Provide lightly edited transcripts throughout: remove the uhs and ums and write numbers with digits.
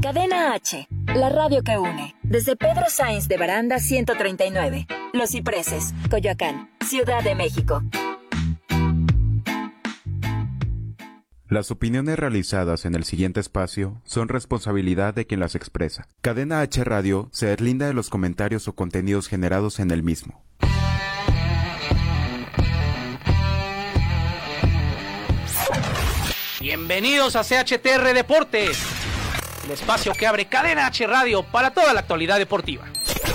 Cadena H, la radio que une. Desde Pedro Sainz de Baranda 139, Los Cipreses, Coyoacán, Ciudad de México. Las opiniones realizadas en el siguiente espacio son responsabilidad de quien las expresa. Cadena H Radio se deslinda de los comentarios o contenidos generados en el mismo. Bienvenidos a CHTR Deportes, el espacio que abre Cadena H Radio para toda la actualidad deportiva.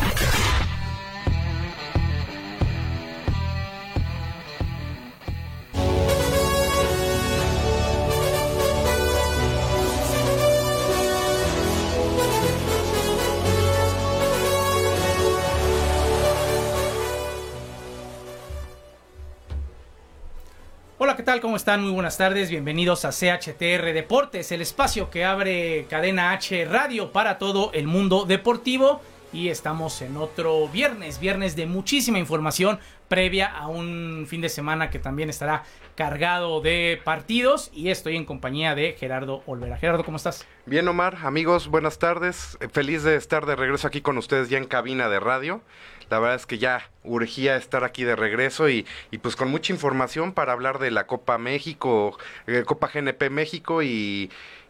Hola, ¿qué tal? ¿Cómo están? Muy buenas tardes. Bienvenidos a CHTR Deportes, el espacio que abre Cadena H Radio para todo el mundo deportivo. Y estamos en otro viernes de muchísima información previa a un fin de semana que también estará cargado de partidos. Y estoy en compañía de Gerardo Olvera. Gerardo, ¿cómo estás? Bien, Omar, amigos, buenas tardes. Feliz de estar de regreso aquí con ustedes ya en cabina de radio. La verdad es que ya urgía estar aquí de regreso y pues con mucha información para hablar de la Copa México, Copa GNP México y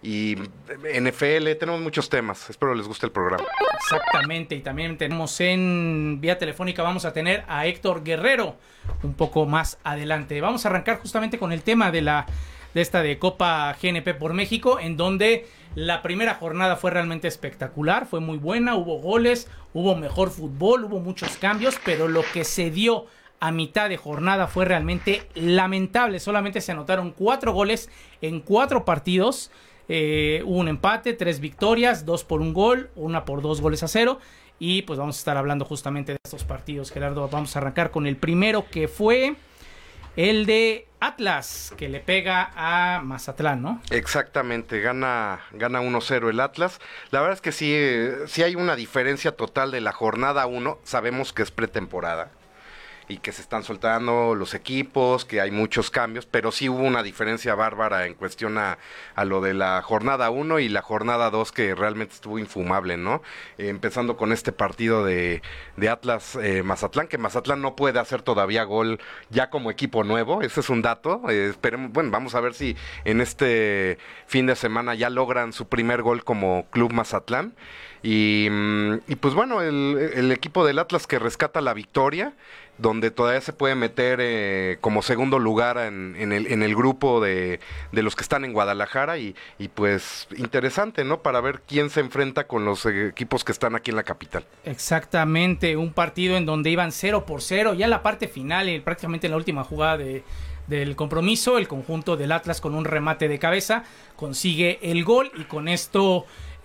NFL. Tenemos muchos temas, espero les guste el programa. Exactamente, y también tenemos en vía telefónica, vamos a tener a Héctor Guerrero un poco más adelante. Vamos a arrancar justamente con el tema de esta Copa GNP por México, en donde la primera jornada fue realmente espectacular, fue muy buena, hubo goles, hubo mejor fútbol, hubo muchos cambios, pero lo que se dio a mitad de jornada fue realmente lamentable. Solamente se anotaron 4 goles en 4 partidos, hubo un empate, 3 victorias, 2 por 1 gol, 1 por 2 goles a 0. Y pues vamos a estar hablando justamente de estos partidos, Gerardo. Vamos a arrancar con el primero, que fue el de Atlas, que le pega a Mazatlán, ¿no? Exactamente, gana 1-0 el Atlas. La verdad es que sí hay una diferencia total de la jornada 1. Sabemos que es pretemporada y que se están soltando los equipos, que hay muchos cambios, pero sí hubo una diferencia bárbara en cuestión a lo de la jornada 1 y la jornada 2, que realmente estuvo infumable, ¿no? Empezando con este partido de Atlas Mazatlán, que Mazatlán no puede hacer todavía gol ya como equipo nuevo, ese es un dato. Esperemos, bueno, vamos a ver si en este fin de semana ya logran su primer gol como Club Mazatlán. Y pues bueno, el equipo del Atlas que rescata la victoria, donde todavía se puede meter como segundo lugar en el grupo de los que están en Guadalajara, y pues interesante, ¿no? Para ver quién se enfrenta con los equipos que están aquí en la capital. Exactamente, un partido en donde iban 0-0, ya en la parte final, prácticamente en la última jugada del compromiso, el conjunto del Atlas, con un remate de cabeza, consigue el gol, y con esto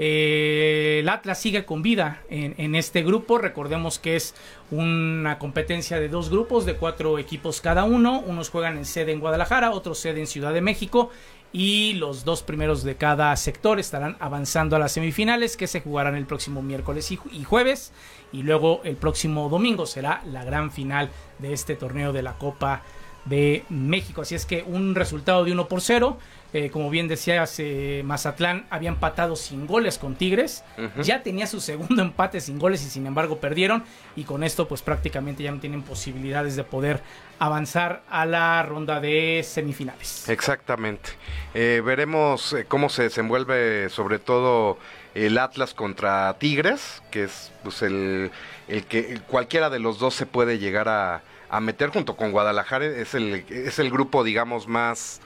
el Atlas sigue con vida en este grupo. Recordemos que es una competencia de 2 grupos de 4 equipos cada uno. Unos juegan en sede en Guadalajara, otros sede en Ciudad de México, y los 2 primeros de cada sector estarán avanzando a las semifinales, que se jugarán el próximo miércoles y jueves, y luego el próximo domingo será la gran final de este torneo de la Copa de México. Así es que un resultado de 1-0. Como bien decías, Mazatlán había empatado sin goles con Tigres. Ya tenía su segundo empate sin goles y sin embargo perdieron. Y con esto pues prácticamente ya no tienen posibilidades de poder avanzar a la ronda de semifinales. Exactamente. Veremos cómo se desenvuelve sobre todo el Atlas contra Tigres, que es pues el que cualquiera de los dos se puede llegar a meter junto con Guadalajara. Es el grupo, digamos, más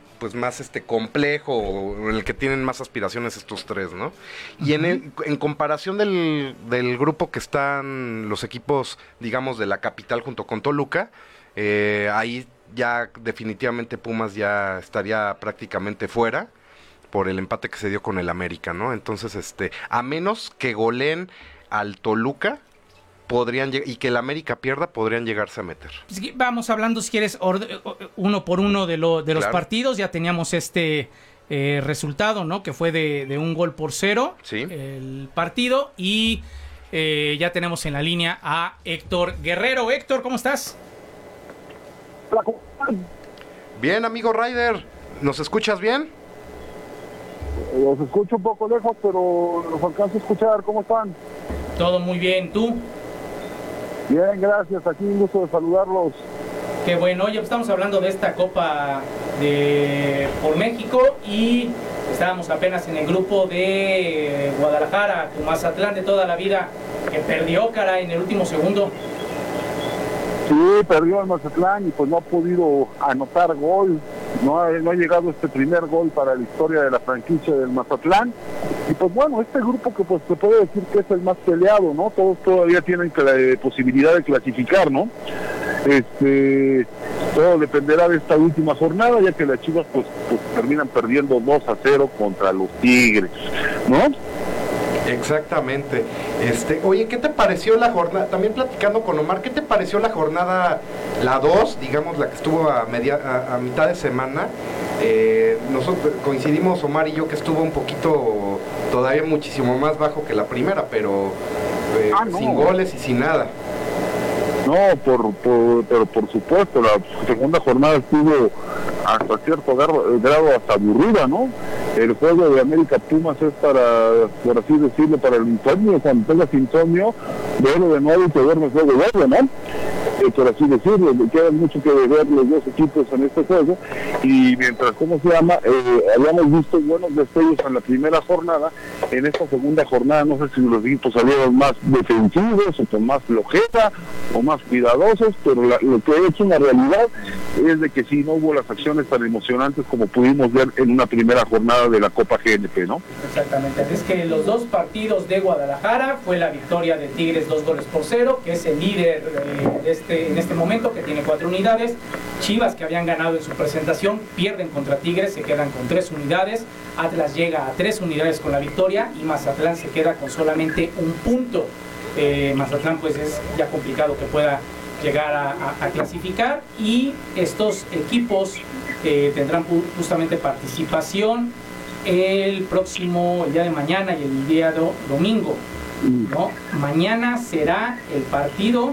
complejo, el que tienen más aspiraciones estos 3, ¿no? Y en comparación del grupo que están los equipos, digamos, de la capital junto con Toluca, ahí ya definitivamente Pumas ya estaría prácticamente fuera por el empate que se dio con el América, ¿no? Entonces, a menos que goleen al Toluca, y que el América pierda, podrían llegarse a meter. Vamos hablando, si quieres, uno por uno de los partidos. Ya teníamos resultado, ¿no? Que fue de 1-0, sí, el partido. Y ya tenemos en la línea a Héctor Guerrero. Héctor, ¿cómo estás? Bien, amigo Ryder, ¿nos escuchas bien? Los escucho un poco lejos, pero los alcanzo a escuchar. ¿Cómo están? Todo muy bien, ¿tú? Bien, gracias. Aquí un gusto de saludarlos. Qué bueno. Oye, estamos hablando de esta Copa por México y estábamos apenas en el grupo de Guadalajara, tu Mazatlán de toda la vida, que perdió, cara, en el último segundo. Sí, perdió el Mazatlán y pues no ha podido anotar gol. No ha llegado este primer gol para la historia de la franquicia del Mazatlán. Y pues bueno, este grupo que pues se puede decir que es el más peleado, ¿no? Todos todavía tienen posibilidad de clasificar, ¿no? Todo dependerá de esta última jornada, ya que las Chivas pues terminan perdiendo 2-0 contra los Tigres, ¿no? Exactamente. Oye, ¿qué te pareció la jornada? También platicando con Omar, ¿qué te pareció la jornada, la 2, digamos, la que estuvo a mitad de semana? Nosotros coincidimos, Omar y yo, que estuvo un poquito, todavía muchísimo más bajo que la primera, pero no. Sin goles y sin nada. No, pero por supuesto, la segunda jornada estuvo hasta cierto grado hasta aburrida, ¿no? El juego de América Pumas es para, por así decirlo, para el insomnio. Cuando tengas insomnio, verlo de nuevo y te duermes luego, ¿no? Por así decirlo, queda mucho que ver los dos equipos en este juego, y mientras, habíamos visto buenos destellos en la primera jornada, en esta segunda jornada no sé si los equipos salieron más defensivos o con más flojera o más cuidadosos, pero lo que he hecho una realidad es de que sí, no hubo las acciones tan emocionantes como pudimos ver en una primera jornada de la Copa GNP, ¿no? Exactamente, es que los dos partidos de Guadalajara fue la victoria de Tigres 2-0, que es el líder en este momento, que tiene 4 unidades. Chivas, que habían ganado en su presentación, pierden contra Tigres, se quedan con 3 unidades. Atlas llega a 3 unidades con la victoria y Mazatlán se queda con solamente 1 punto. Mazatlán pues es ya complicado que pueda llegar a clasificar, y estos equipos tendrán justamente participación el día de mañana y el día domingo, ¿no? Mañana será el partido.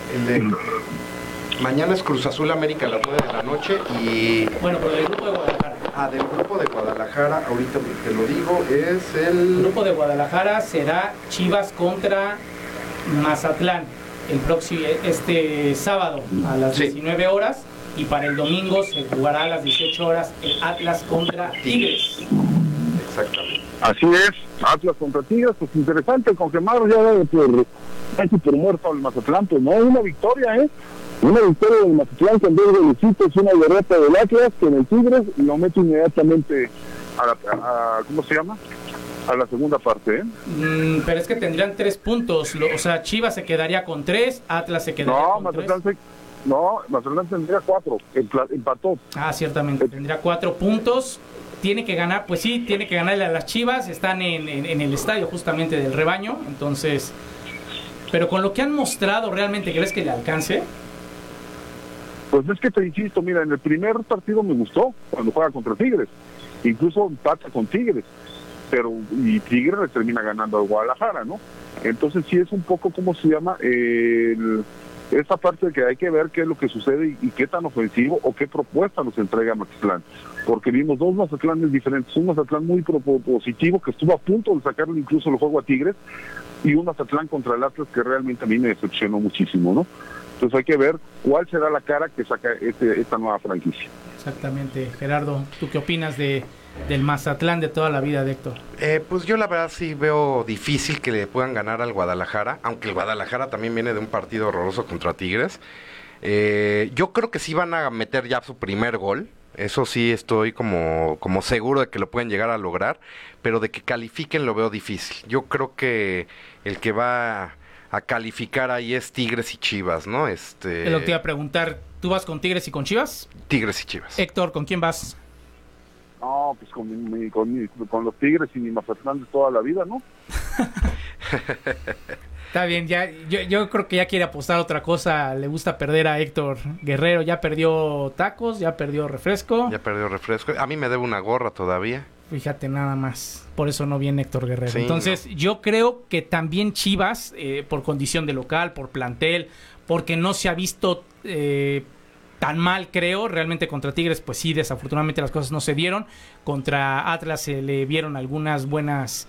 Mañana es Cruz Azul América a las 9 de la noche y... Bueno, pero del grupo de Guadalajara. Del grupo de Guadalajara, ahorita te lo digo, es el... grupo de Guadalajara será Chivas contra Mazatlán el próximo sábado a las 19 horas, y para el domingo se jugará a las 18 horas el Atlas contra Tigres. Exactamente. Así es, Atlas contra Tigres, pues interesante, con que Mar ya da por muerto al Mazatlán, pues no, una victoria, una victoria del Mazatlán que en vez de golecitos, una derrota del Atlas, que en el Tigres lo mete inmediatamente ¿cómo se llama? A la segunda parte, pero es que tendrían 3 puntos, o sea, Chivas se quedaría con 3, Atlas se quedaría con 3. Mazatlán tendría 4, empató. Ciertamente, tendría 4 puntos. Tiene que ganar, pues sí, tiene que ganarle a las Chivas, están en el estadio justamente del Rebaño, entonces, pero con lo que han mostrado, ¿realmente crees que le alcance? Pues es que te insisto, mira, en el primer partido me gustó, cuando juega contra Tigres, incluso empata con Tigres, y Tigres le termina ganando a Guadalajara, ¿no? Entonces sí es un poco, ¿cómo se llama? Esta parte de que hay que ver qué es lo que sucede y qué tan ofensivo o qué propuesta nos entrega Mazatlán, porque vimos 2 Mazatlanes diferentes, un Mazatlán muy propositivo que estuvo a punto de sacarle incluso el juego a Tigres, y un Mazatlán contra el Atlas que realmente a mí me decepcionó muchísimo, ¿no? Entonces hay que ver cuál será la cara que saca esta nueva franquicia. Exactamente. Gerardo, ¿tú qué opinas del Mazatlán de toda la vida de Héctor? Pues yo la verdad sí veo difícil que le puedan ganar al Guadalajara, aunque el Guadalajara también viene de un partido horroroso contra Tigres. Yo creo que sí van a meter ya su primer gol, eso sí estoy como seguro de que lo pueden llegar a lograr, pero de que califiquen lo veo difícil. Yo creo que el que va a calificar ahí es Tigres y Chivas, ¿no? Es lo que te iba a preguntar, ¿tú vas con Tigres y con Chivas? Tigres y Chivas. Héctor, ¿con quién vas? No, pues con los Tigres y mi Mazatlán de toda la vida, ¿no? Está bien, ya yo creo que ya quiere apostar otra cosa. Le gusta perder a Héctor Guerrero. Ya perdió tacos, ya perdió refresco. A mí me debe una gorra todavía. Fíjate nada más. Por eso no viene Héctor Guerrero. Sí, entonces, yo creo que también Chivas, por condición de local, por plantel, porque no se ha visto tan mal, creo. Realmente contra Tigres, pues sí, desafortunadamente las cosas no se dieron. Contra Atlas se le vieron algunas buenos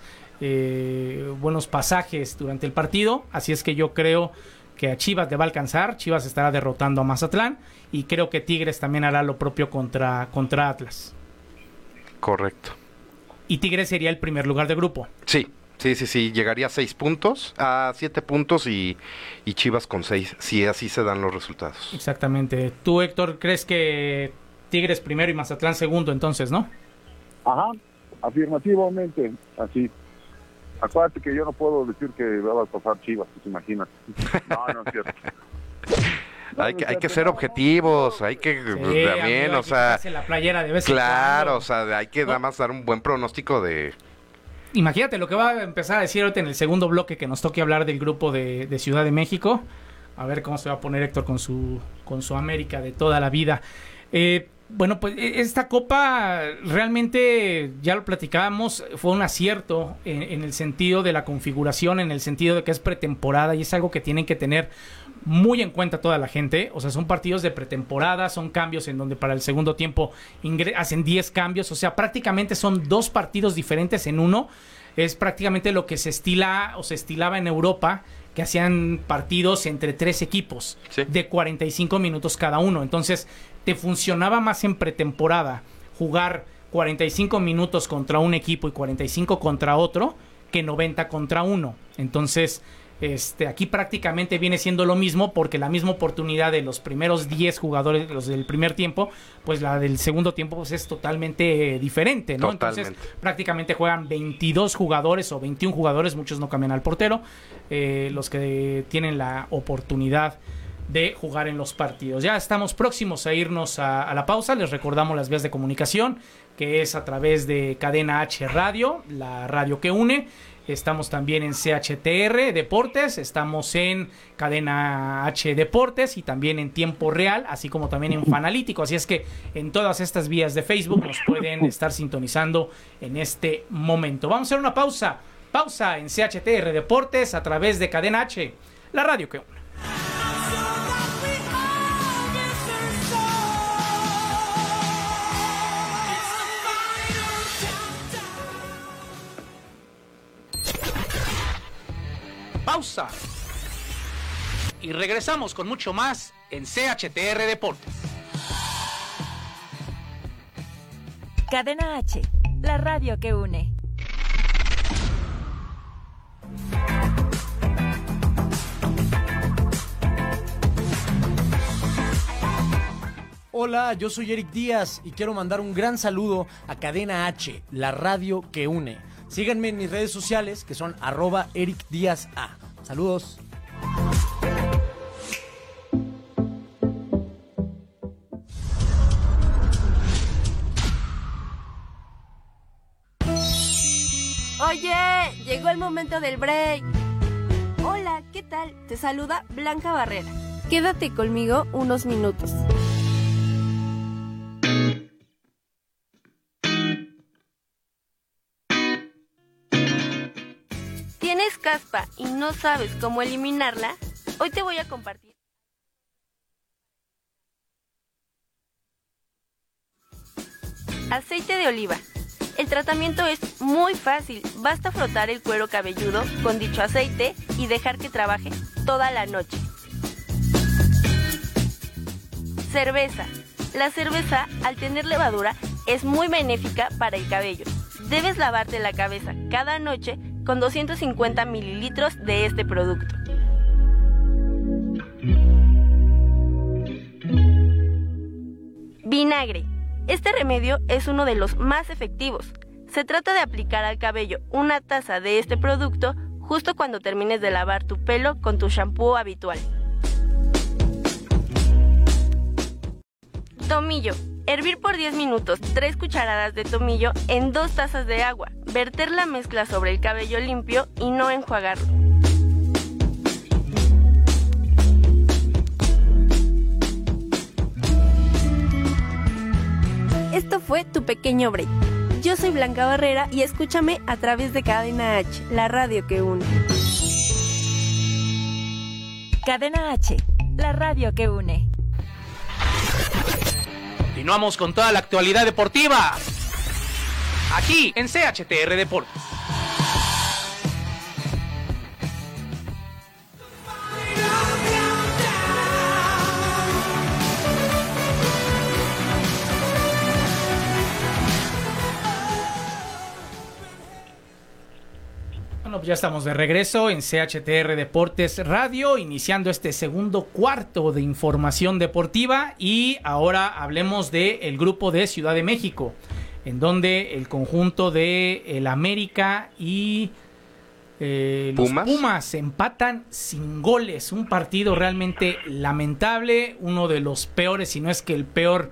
pasajes durante el partido. Así es que yo creo que a Chivas le va a alcanzar. Chivas estará derrotando a Mazatlán y creo que Tigres también hará lo propio contra Atlas. Correcto. Y Tigres sería el primer lugar de grupo. Sí, llegaría a 6 puntos, a 7 puntos y Chivas con 6, si así se dan los resultados. Exactamente. Tú, Héctor, ¿crees que Tigres primero y Mazatlán segundo entonces, no? Ajá, afirmativamente, así. Acuérdate que yo no puedo decir que va a pasar Chivas, pues imagínate. No es cierto. Hay que ser objetivos, hay que también, amigo, o sea, la playera de vez claro, o sea, hay que nada más dar un buen pronóstico de... Imagínate lo que va a empezar a decir ahorita en el segundo bloque que nos toque hablar del grupo de Ciudad de México. A ver cómo se va a poner Héctor con su América de toda la vida. Bueno, pues esta copa realmente, ya lo platicábamos, fue un acierto en el sentido de la configuración, en el sentido de que es pretemporada y es algo que tienen que tener muy en cuenta toda la gente. O sea, son partidos de pretemporada, son cambios en donde para el segundo tiempo hacen 10 cambios, o sea, prácticamente son 2 partidos diferentes en uno. Es prácticamente lo que se estilaba en Europa, que hacían partidos entre 3 equipos, sí, de 45 minutos cada uno. Entonces, te funcionaba más en pretemporada jugar 45 minutos contra un equipo y 45 contra otro que 90 contra uno. Entonces, aquí prácticamente viene siendo lo mismo, porque la misma oportunidad de los primeros 10 jugadores, los del primer tiempo, pues la del segundo tiempo pues es totalmente diferente, ¿no? Totalmente. Entonces prácticamente juegan 22 jugadores o 21 jugadores, muchos no cambian al portero, los que tienen la oportunidad de jugar en los partidos. Ya estamos próximos a irnos a la pausa. Les recordamos las vías de comunicación, que es a través de Cadena H Radio, la radio que une. Estamos también en CHTR Deportes, estamos en Cadena H Deportes y también en tiempo real, así como también en Fanalítico. Así es que en todas estas vías de Facebook nos pueden estar sintonizando en este momento. Vamos a hacer una pausa en CHTR Deportes a través de Cadena H, la radio que une. Pausa. Y regresamos con mucho más en CHTR Deportes. Cadena H, la radio que une. Hola, yo soy Eric Díaz y quiero mandar un gran saludo a Cadena H, la radio que une. Síganme en mis redes sociales, que son @EricDíazA. Saludos. Oye, llegó el momento del break. Hola, ¿qué tal? Te saluda Blanca Barrera. Quédate conmigo unos minutos. ¿Tienes caspa y no sabes cómo eliminarla? Hoy te voy a compartir. Aceite de oliva. El tratamiento es muy fácil. Basta frotar el cuero cabelludo con dicho aceite y dejar que trabaje toda la noche. Cerveza. La cerveza, al tener levadura, es muy benéfica para el cabello. Debes lavarte la cabeza cada noche con 250 mililitros de este producto. Vinagre. Este remedio es uno de los más efectivos. Se trata de aplicar al cabello una taza de este producto justo cuando termines de lavar tu pelo con tu shampoo habitual. Tomillo. Hervir por 10 minutos 3 cucharadas de tomillo en 2 tazas de agua. Verter la mezcla sobre el cabello limpio y no enjuagarlo. Esto fue tu pequeño break. Yo soy Blanca Barrera y escúchame a través de Cadena H, la radio que une. Cadena H, la radio que une. Continuamos con toda la actualidad deportiva, aquí en CHTR Deportes. Bueno, pues ya estamos de regreso en CHTR Deportes Radio, iniciando este segundo cuarto de información deportiva, y ahora hablemos del grupo de Ciudad de México, en donde el conjunto de el América y los Pumas empatan sin goles. Un partido realmente lamentable, uno de los peores, si no es que el peor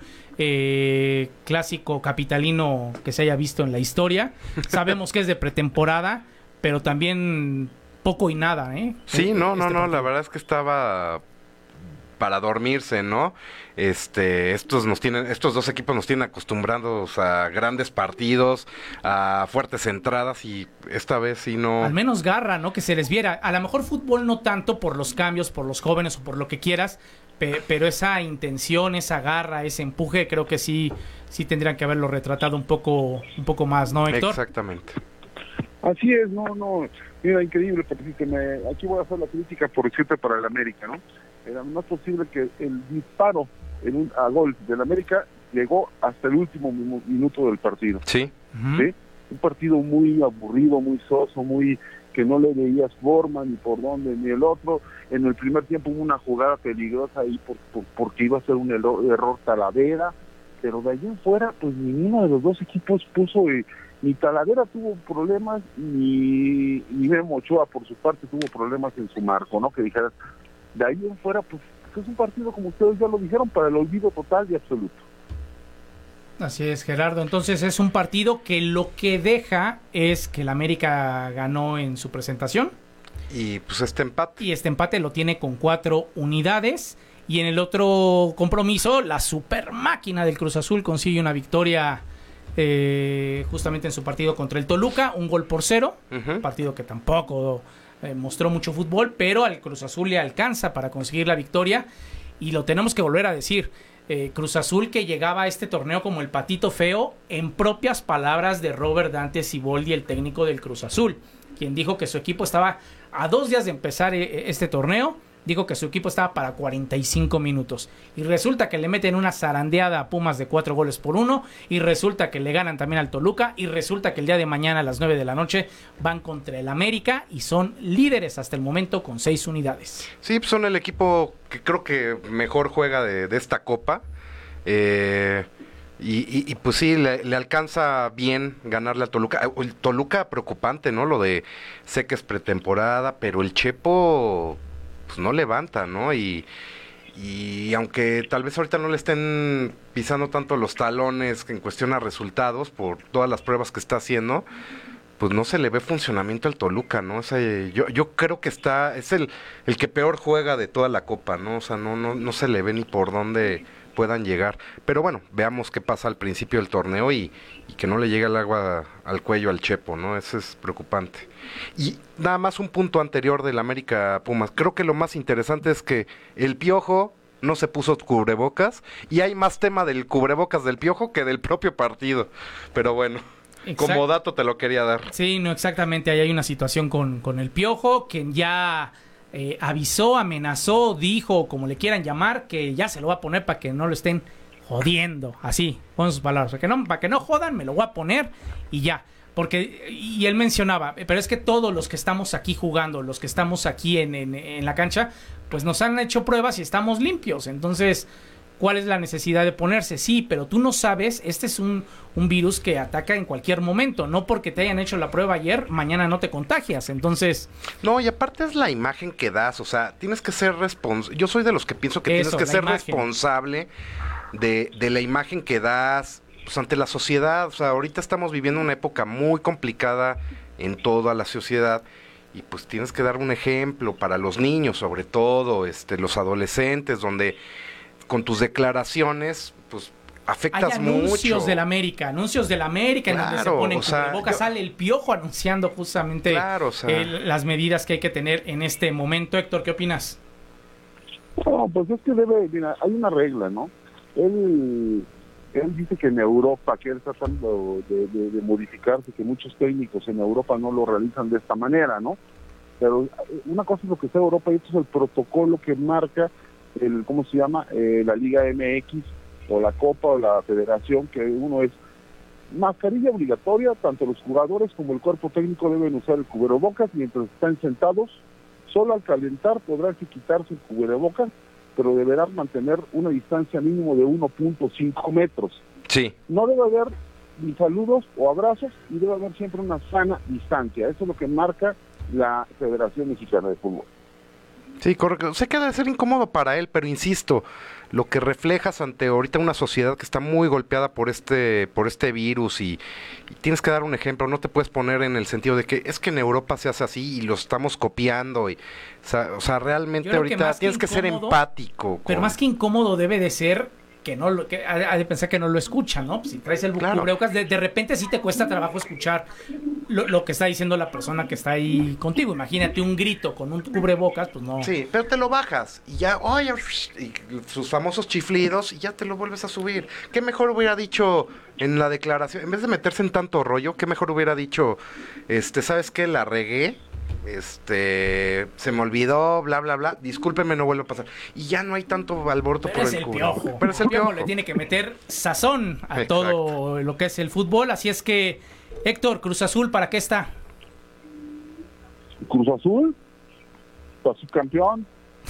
clásico capitalino que se haya visto en la historia. Sabemos que es de pretemporada, pero también poco y nada, ¿eh? Sí, no, la verdad es que estaba para dormirse, ¿no? Estos dos equipos nos tienen acostumbrados a grandes partidos, a fuertes entradas, y esta vez sí no. Al menos garra, ¿no? Que se les viera. A lo mejor fútbol no tanto por los cambios, por los jóvenes o por lo que quieras, pero esa intención, esa garra, ese empuje, creo que sí tendrían que haberlo retratado un poco más, ¿no, Héctor? Exactamente. Así es, mira, increíble, porque aquí voy a hacer la crítica por decirte para el América, ¿no? No es posible que el disparo a gol del América llegó hasta el último minuto del partido. Sí. ¿Sí? Un partido muy aburrido, muy soso, muy que no le veías forma ni por dónde ni el otro. En el primer tiempo hubo una jugada peligrosa ahí porque iba a ser un error Talavera, pero de allí en fuera pues ninguno de los dos equipos puso... Ni Talavera tuvo problemas, ni Memo Ochoa por su parte tuvo problemas en su marco, ¿no? Que dijeras, de ahí en fuera, pues es un partido, como ustedes ya lo dijeron, para el olvido total y absoluto. Así es, Gerardo. Entonces es un partido que lo que deja es que el América ganó en su presentación. Y pues este empate lo tiene con 4 unidades. Y en el otro compromiso, la super máquina del Cruz Azul consigue una victoria justamente en su partido contra el Toluca, 1-0, partido que tampoco mostró mucho fútbol, pero al Cruz Azul le alcanza para conseguir la victoria, y lo tenemos que volver a decir, Cruz Azul que llegaba a este torneo como el patito feo, en propias palabras de Robert Dante Siboldi, el técnico del Cruz Azul, quien dijo que su equipo estaba a 2 días de empezar este torneo. Dijo que su equipo estaba para 45 minutos. Y resulta que le meten una zarandeada a Pumas de 4-1, y resulta que le ganan también al Toluca, y resulta que el día de mañana a las 9 de la noche van contra el América y son líderes hasta el momento con 6 unidades. Sí, pues son el equipo que creo que mejor juega de esta copa. Y pues sí, le alcanza bien ganarle al Toluca. El Toluca preocupante, ¿no? Sé que es pretemporada, pero el Chepo... pues no levanta, ¿no? Y aunque tal vez ahorita no le estén pisando tanto los talones en cuestión a resultados por todas las pruebas que está haciendo, pues no se le ve funcionamiento al Toluca, ¿no? O sea, yo creo que es el que peor juega de toda la copa, ¿no? O sea, no se le ve ni por dónde puedan llegar. Pero bueno, veamos qué pasa al principio del torneo y que no le llegue el agua al cuello al Chepo, ¿no? Eso es preocupante. Y nada más un punto anterior del América Pumas. Creo que lo más interesante es que el Piojo no se puso cubrebocas, y hay más tema del cubrebocas del Piojo que del propio partido. Pero bueno, como dato te lo quería dar. Sí, no, exactamente. Ahí hay una situación con el Piojo, que ya avisó, amenazó, dijo, como le quieran llamar, que ya se lo va a poner para que no lo estén jodiendo, así, con sus palabras, para que no jodan, me lo voy a poner y ya. Porque, y él mencionaba, pero es que todos los que estamos aquí jugando, los que estamos aquí en la cancha, pues nos han hecho pruebas y estamos limpios. Entonces, ¿cuál es la necesidad de ponerse? Sí, pero tú no sabes, este es un virus que ataca en cualquier momento. No porque te hayan hecho la prueba ayer, mañana no te contagias. Entonces... No, y aparte es la imagen que das, o sea, tienes que ser responsable. Yo soy de los que pienso que tienes que ser responsable de la imagen que das, pues, ante la sociedad. O sea, ahorita estamos viviendo una época muy complicada en toda la sociedad, y pues tienes que dar un ejemplo para los niños, sobre todo, los adolescentes, donde con tus declaraciones, pues afectas mucho. Hay anuncios del América, en donde se ponen cubrebocas, sale el Piojo anunciando justamente las medidas que hay que tener en este momento. Héctor, ¿qué opinas? No, pues es que mira, hay una regla, ¿no? Él dice que en Europa, que él está tratando de modificarse, que muchos técnicos en Europa no lo realizan de esta manera, ¿no? Pero una cosa es lo que sea Europa y esto es el protocolo que marca ¿cómo se llama? La Liga MX o la Copa o la Federación, que uno es mascarilla obligatoria, tanto los jugadores como el cuerpo técnico deben usar el cubrebocas mientras están sentados, solo al calentar podrán quitarse el cubrebocas, pero deberán mantener una distancia mínimo de 1.5 metros. Sí. No debe haber ni saludos o abrazos y debe haber siempre una sana distancia. Eso es lo que marca la Federación Mexicana de Fútbol. Sí, correcto. Sé que debe ser incómodo para él, pero insisto, lo que reflejas ante ahorita una sociedad que está muy golpeada por este virus y tienes que dar un ejemplo, no te puedes poner en el sentido de que es que en Europa se hace así y lo estamos copiando y o sea realmente ahorita tienes que ser empático. Pero más que incómodo debe de ser que ha de pensar que no lo escucha, ¿no? Si traes el cubrebocas, de repente sí te cuesta trabajo escuchar lo que está diciendo la persona que está ahí contigo. Imagínate un grito con un cubrebocas, pues no. Sí, pero te lo bajas y ya, oye, y sus famosos chiflidos y ya te lo vuelves a subir. ¿Qué mejor hubiera dicho en la declaración? En vez de meterse en tanto rollo, ¿qué mejor hubiera dicho? ¿Sabes qué? La regué. Se me olvidó, bla, bla, bla. Discúlpeme, no vuelve a pasar. Y ya no hay tanto alboroto por el Piojo. Pero es el Piojo. Le tiene que meter sazón a Exacto. todo lo que es el fútbol. Así es que, Héctor, Cruz Azul, ¿para qué está? Cruz Azul, para subcampeón.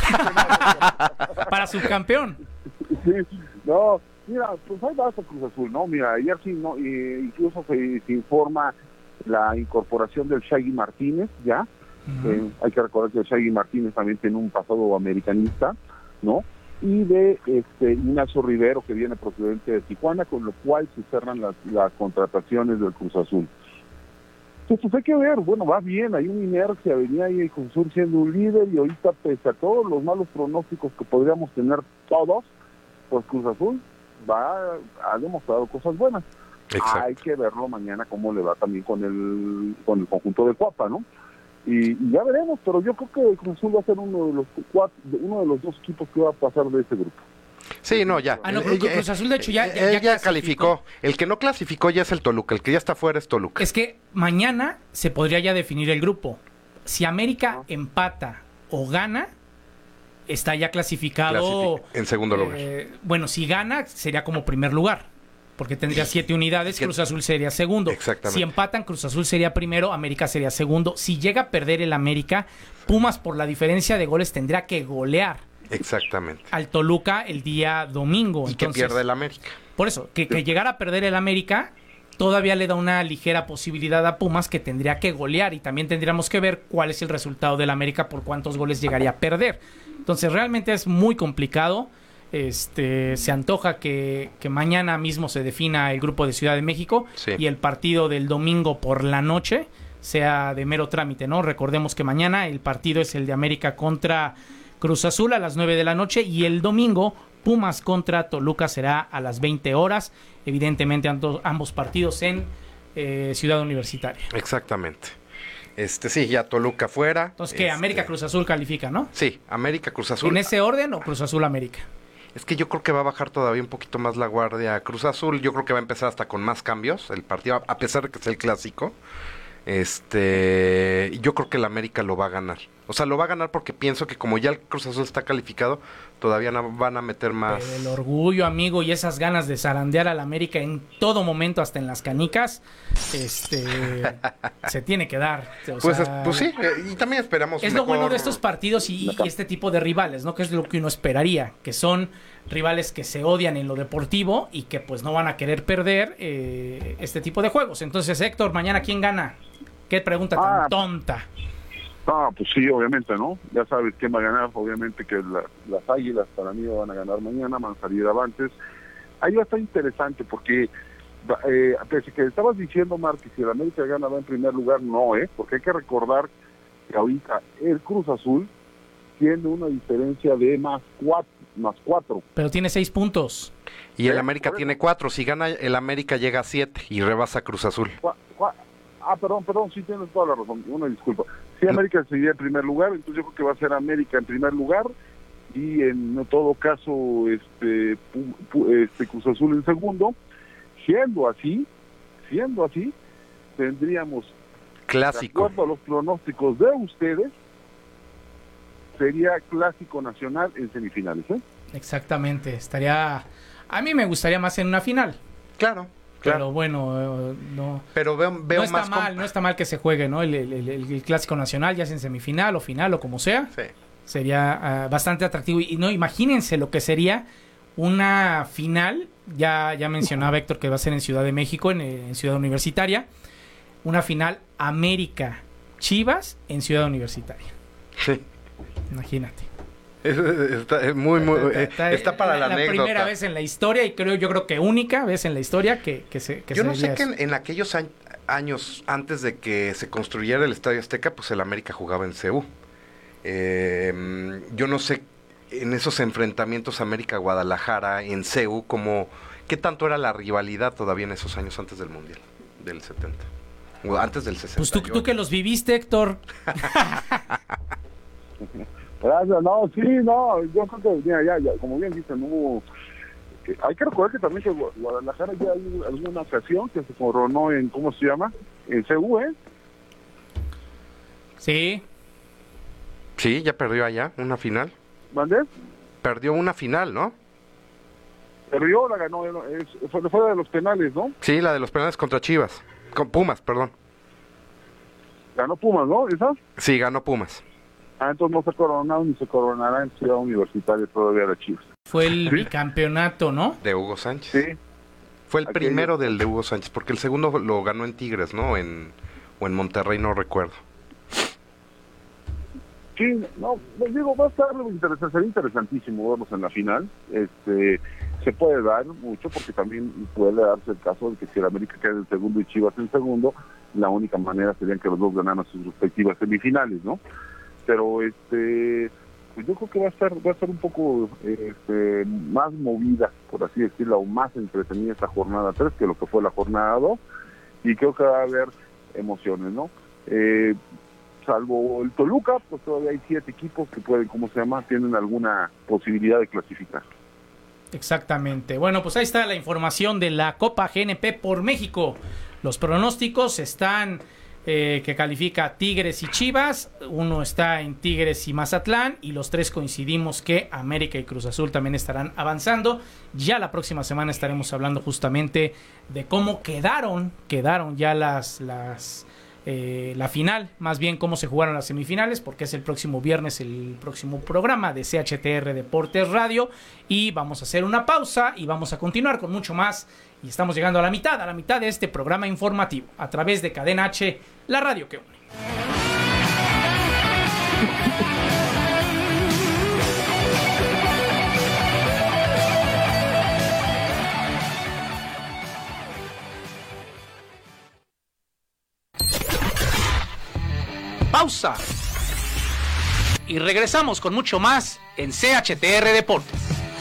Para subcampeón. Sí, no, mira, pues ahí va hasta Cruz Azul, ¿no? Mira, ayer sí, no, incluso se informa la incorporación del Shaggy Martínez, ¿ya? Hay que recordar que el Shaggy Martínez también tiene un pasado americanista, ¿no? Y de Ignacio Rivero, que viene procedente de Tijuana, con lo cual se cerran las contrataciones del Cruz Azul. Entonces hay que ver, bueno, va bien, hay una inercia, venía ahí el Cruz Azul siendo un líder y ahorita pese a todos los malos pronósticos que podríamos tener todos, pues Cruz Azul ha demostrado cosas buenas. Exacto. Hay que verlo mañana cómo le va también con el conjunto de Cuapa, ¿no? Y ya veremos, pero yo creo que el Cruz Azul va a ser uno de los dos equipos que va a pasar de ese grupo. Sí, no, ya. No, Cruz Azul de hecho ya calificó. El que no clasificó ya es el Toluca, el que ya está fuera es Toluca. Es que mañana se podría ya definir el grupo. Si América empata o gana, está ya clasificado en segundo lugar. Bueno, si gana sería como primer lugar, porque tendría 7 unidades, Cruz Azul sería segundo. Exactamente. Si empatan, Cruz Azul sería primero, América sería segundo. Si llega a perder el América, Pumas por la diferencia de goles tendría que golear Exactamente. al Toluca el día domingo. Y entonces, que pierda el América. Por eso, que llegara a perder el América todavía le da una ligera posibilidad a Pumas, que tendría que golear, y también tendríamos que ver cuál es el resultado del América, por cuántos goles llegaría a perder. Entonces realmente es muy complicado. Se antoja que mañana mismo se defina el grupo de Ciudad de México, sí, y el partido del domingo por la noche sea de mero trámite, ¿no? Recordemos que mañana el partido es el de América contra Cruz Azul a las 9 de la noche, y el domingo Pumas contra Toluca será a las 20 horas. Evidentemente ambos partidos en Ciudad Universitaria. Exactamente. Sí, ya Toluca fuera. Entonces, ¿qué? América Cruz Azul califica, ¿no? Sí, América Cruz Azul. ¿En ese orden o Cruz Azul América? Es que yo creo que va a bajar todavía un poquito más la guardia Cruz Azul. Yo creo que va a empezar hasta con más cambios el partido, a pesar de que es el clásico. Yo creo que el América lo va a ganar. O sea, lo va a ganar porque pienso que como ya el Cruz Azul está calificado, todavía no van a meter más. Pero el orgullo, amigo, y esas ganas de zarandear al América en todo momento, hasta en las canicas, se tiene que dar. Pues sí, y también esperamos es mejor. Lo bueno de estos partidos y este tipo de rivales, ¿no? Que es lo que uno esperaría, que son rivales que se odian en lo deportivo y que pues no van a querer perder este tipo de juegos. Entonces, Héctor, mañana ¿quién gana? ¿Qué pregunta tan tonta? Pues sí, obviamente, ¿no? Ya sabes quién va a ganar. Obviamente que las Águilas para mí van a ganar mañana, van a salir avantes. Ahí va a estar interesante porque pese que estabas diciendo, Mar, que si el América gana va en primer lugar, no, porque hay que recordar que ahorita el Cruz Azul tiene una diferencia de más 4. Pero tiene 6 puntos. Y el América tiene 4. Si gana el América llega a 7 y rebasa Cruz Azul. Perdón, sí tienes toda la razón, una disculpa. Si América seguiría en primer lugar, entonces yo creo que va a ser América en primer lugar y en todo caso Cruz Azul en segundo. Siendo así, tendríamos, clásico, de acuerdo a los pronósticos de ustedes, sería clásico nacional en semifinales, ¿eh? Exactamente, estaría... A mí me gustaría más en una final. Claro. Pero bueno, no. Pero veo no está más mal, no está mal que se juegue, ¿no? El clásico nacional, ya sea en semifinal o final o como sea. Sí. Sería bastante atractivo. Y no, imagínense lo que sería una final. Ya mencionaba Héctor que va a ser en Ciudad de México, en Ciudad Universitaria. Una final América Chivas en Ciudad Universitaria. Sí. Imagínate. Está para la anécdota. La primera vez en la historia, y yo creo que única vez en la historia que yo no sé que en aquellos años antes de que se construyera el Estadio Azteca, pues el América jugaba en CU. Yo no sé en esos enfrentamientos América-Guadalajara en CU qué tanto era la rivalidad todavía en esos años antes del Mundial del 70 o antes del 60. Pues tú que los viviste, Héctor. Gracias, no, sí, no, yo creo que ya, como bien dicen, hubo... Hay que recordar que también que Guadalajara ya hay alguna ocasión que se coronó en, ¿cómo se llama? En CU, ¿eh? Sí. Sí, ya perdió allá una final. ¿Mandé? Perdió una final, ¿no? Perdió, la ganó, fue de los penales, ¿no? Sí, la de los penales contra Chivas, con Pumas, perdón. Ganó Pumas, ¿no? ¿Esa? Sí, ganó Pumas. Entonces no se coronaron ni se coronará en Ciudad Universitaria todavía la Chivas. Fue el bicampeonato, ¿no? De Hugo Sánchez. Sí. Fue el primero del de Hugo Sánchez, porque el segundo lo ganó en Tigres, ¿no? O en Monterrey, no recuerdo. Sí, no, les digo, va a estar interesante, sería interesantísimo verlos en la final. Se puede dar mucho, porque también puede darse el caso de que si el América queda en segundo y Chivas en segundo, la única manera sería que los dos ganaran sus respectivas semifinales, ¿no? Pero pues yo creo que va a estar un poco más movida, por así decirlo, o más entretenida esta jornada 3 que lo que fue la jornada 2, y creo que va a haber emociones, ¿no? Salvo el Toluca, pues todavía hay 7 equipos que pueden, tienen alguna posibilidad de clasificar. Exactamente. Bueno, pues ahí está la información de la Copa GNP por México. Los pronósticos están que califica Tigres y Chivas. Uno está en Tigres y Mazatlán, y los 3 coincidimos que América y Cruz Azul también estarán avanzando. Ya la próxima semana estaremos hablando justamente de cómo quedaron ya la final, más bien cómo se jugaron las semifinales, porque es el próximo viernes el próximo programa de CHTR Deportes Radio, y vamos a hacer una pausa y vamos a continuar con mucho más, y estamos llegando a la mitad de este programa informativo a través de Cadena H, la radio que une. Pausa. Y regresamos con mucho más en CHTR Deportes.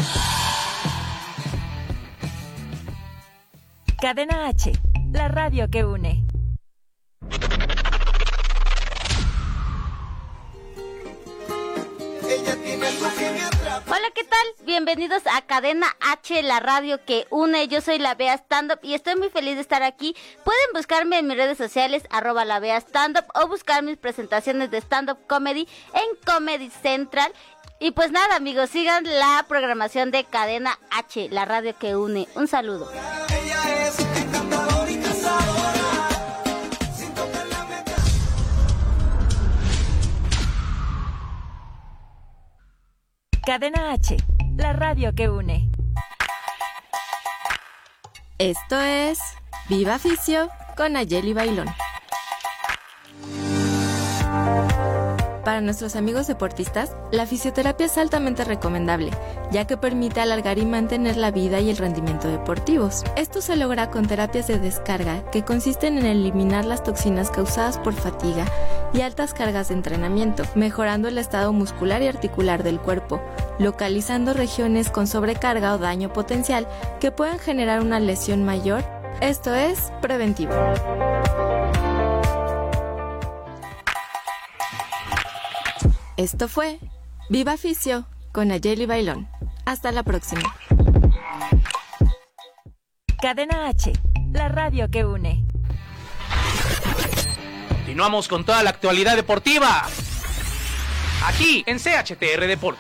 Cadena H, la radio que une. Hola, ¿qué tal? Bienvenidos a Cadena H, la radio que une. Yo soy la Bea Stand Up y estoy muy feliz de estar aquí. Pueden buscarme en mis redes sociales, @la Bea Stand Up, o buscar mis presentaciones de stand-up comedy en Comedy Central. Y pues nada, amigos, sigan la programación de Cadena H, la radio que une. Un saludo. Ella es encantadora y cazadora. Cadena H, la radio que une. Esto es Viva Fisio con Nayeli Bailón. Para nuestros amigos deportistas, la fisioterapia es altamente recomendable, ya que permite alargar y mantener la vida y el rendimiento deportivos. Esto se logra con terapias de descarga, que consisten en eliminar las toxinas causadas por fatiga y altas cargas de entrenamiento, mejorando el estado muscular y articular del cuerpo, localizando regiones con sobrecarga o daño potencial que puedan generar una lesión mayor. Esto es preventivo. Esto fue Viva Fisio con Ayeli Bailón. Hasta la próxima. Cadena H, la radio que une. Continuamos con toda la actualidad deportiva. Aquí en CHTR Deportes.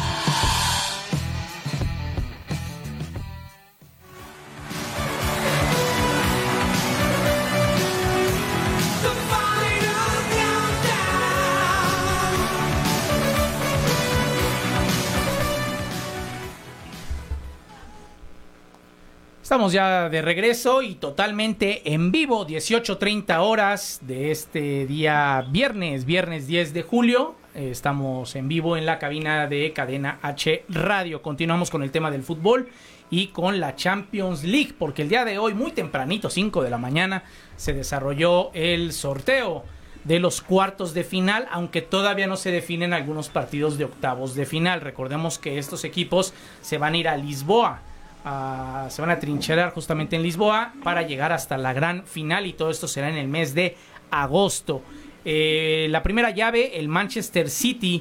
Estamos ya de regreso y totalmente en vivo, 18:30 horas de este día viernes 10 de julio. Estamos en vivo en la cabina de Cadena H Radio. Continuamos con el tema del fútbol y con la Champions League, porque el día de hoy, muy tempranito, 5 de la mañana, se desarrolló el sorteo de los cuartos de final, aunque todavía no se definen algunos partidos de octavos de final. Recordemos que estos equipos se van a ir a Lisboa. Se van a trincherar justamente en Lisboa para llegar hasta la gran final, y todo esto será en el mes de agosto. La primera llave, el Manchester City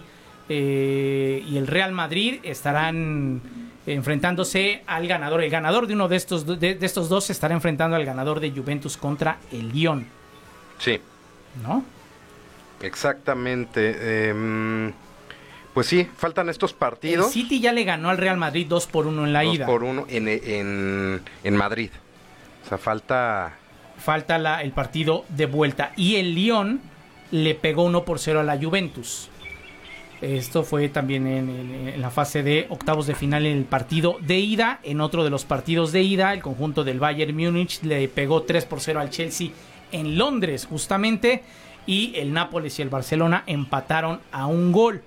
y el Real Madrid estarán enfrentándose al ganador. El ganador de uno de estos dos se estará enfrentando al ganador de Juventus contra el Lyon. Sí. ¿No? Exactamente. Pues sí, faltan estos partidos. El City ya le ganó al Real Madrid 2-1 en la ida. 2-1 en Madrid. O sea, falta el partido de vuelta. Y el Lyon le pegó 1-0 a la Juventus. Esto fue también en la fase de octavos de final, en el partido de ida. En otro de los partidos de ida, el conjunto del Bayern Múnich le pegó 3-0 al Chelsea en Londres, justamente. Y el Nápoles y el Barcelona empataron a un gol.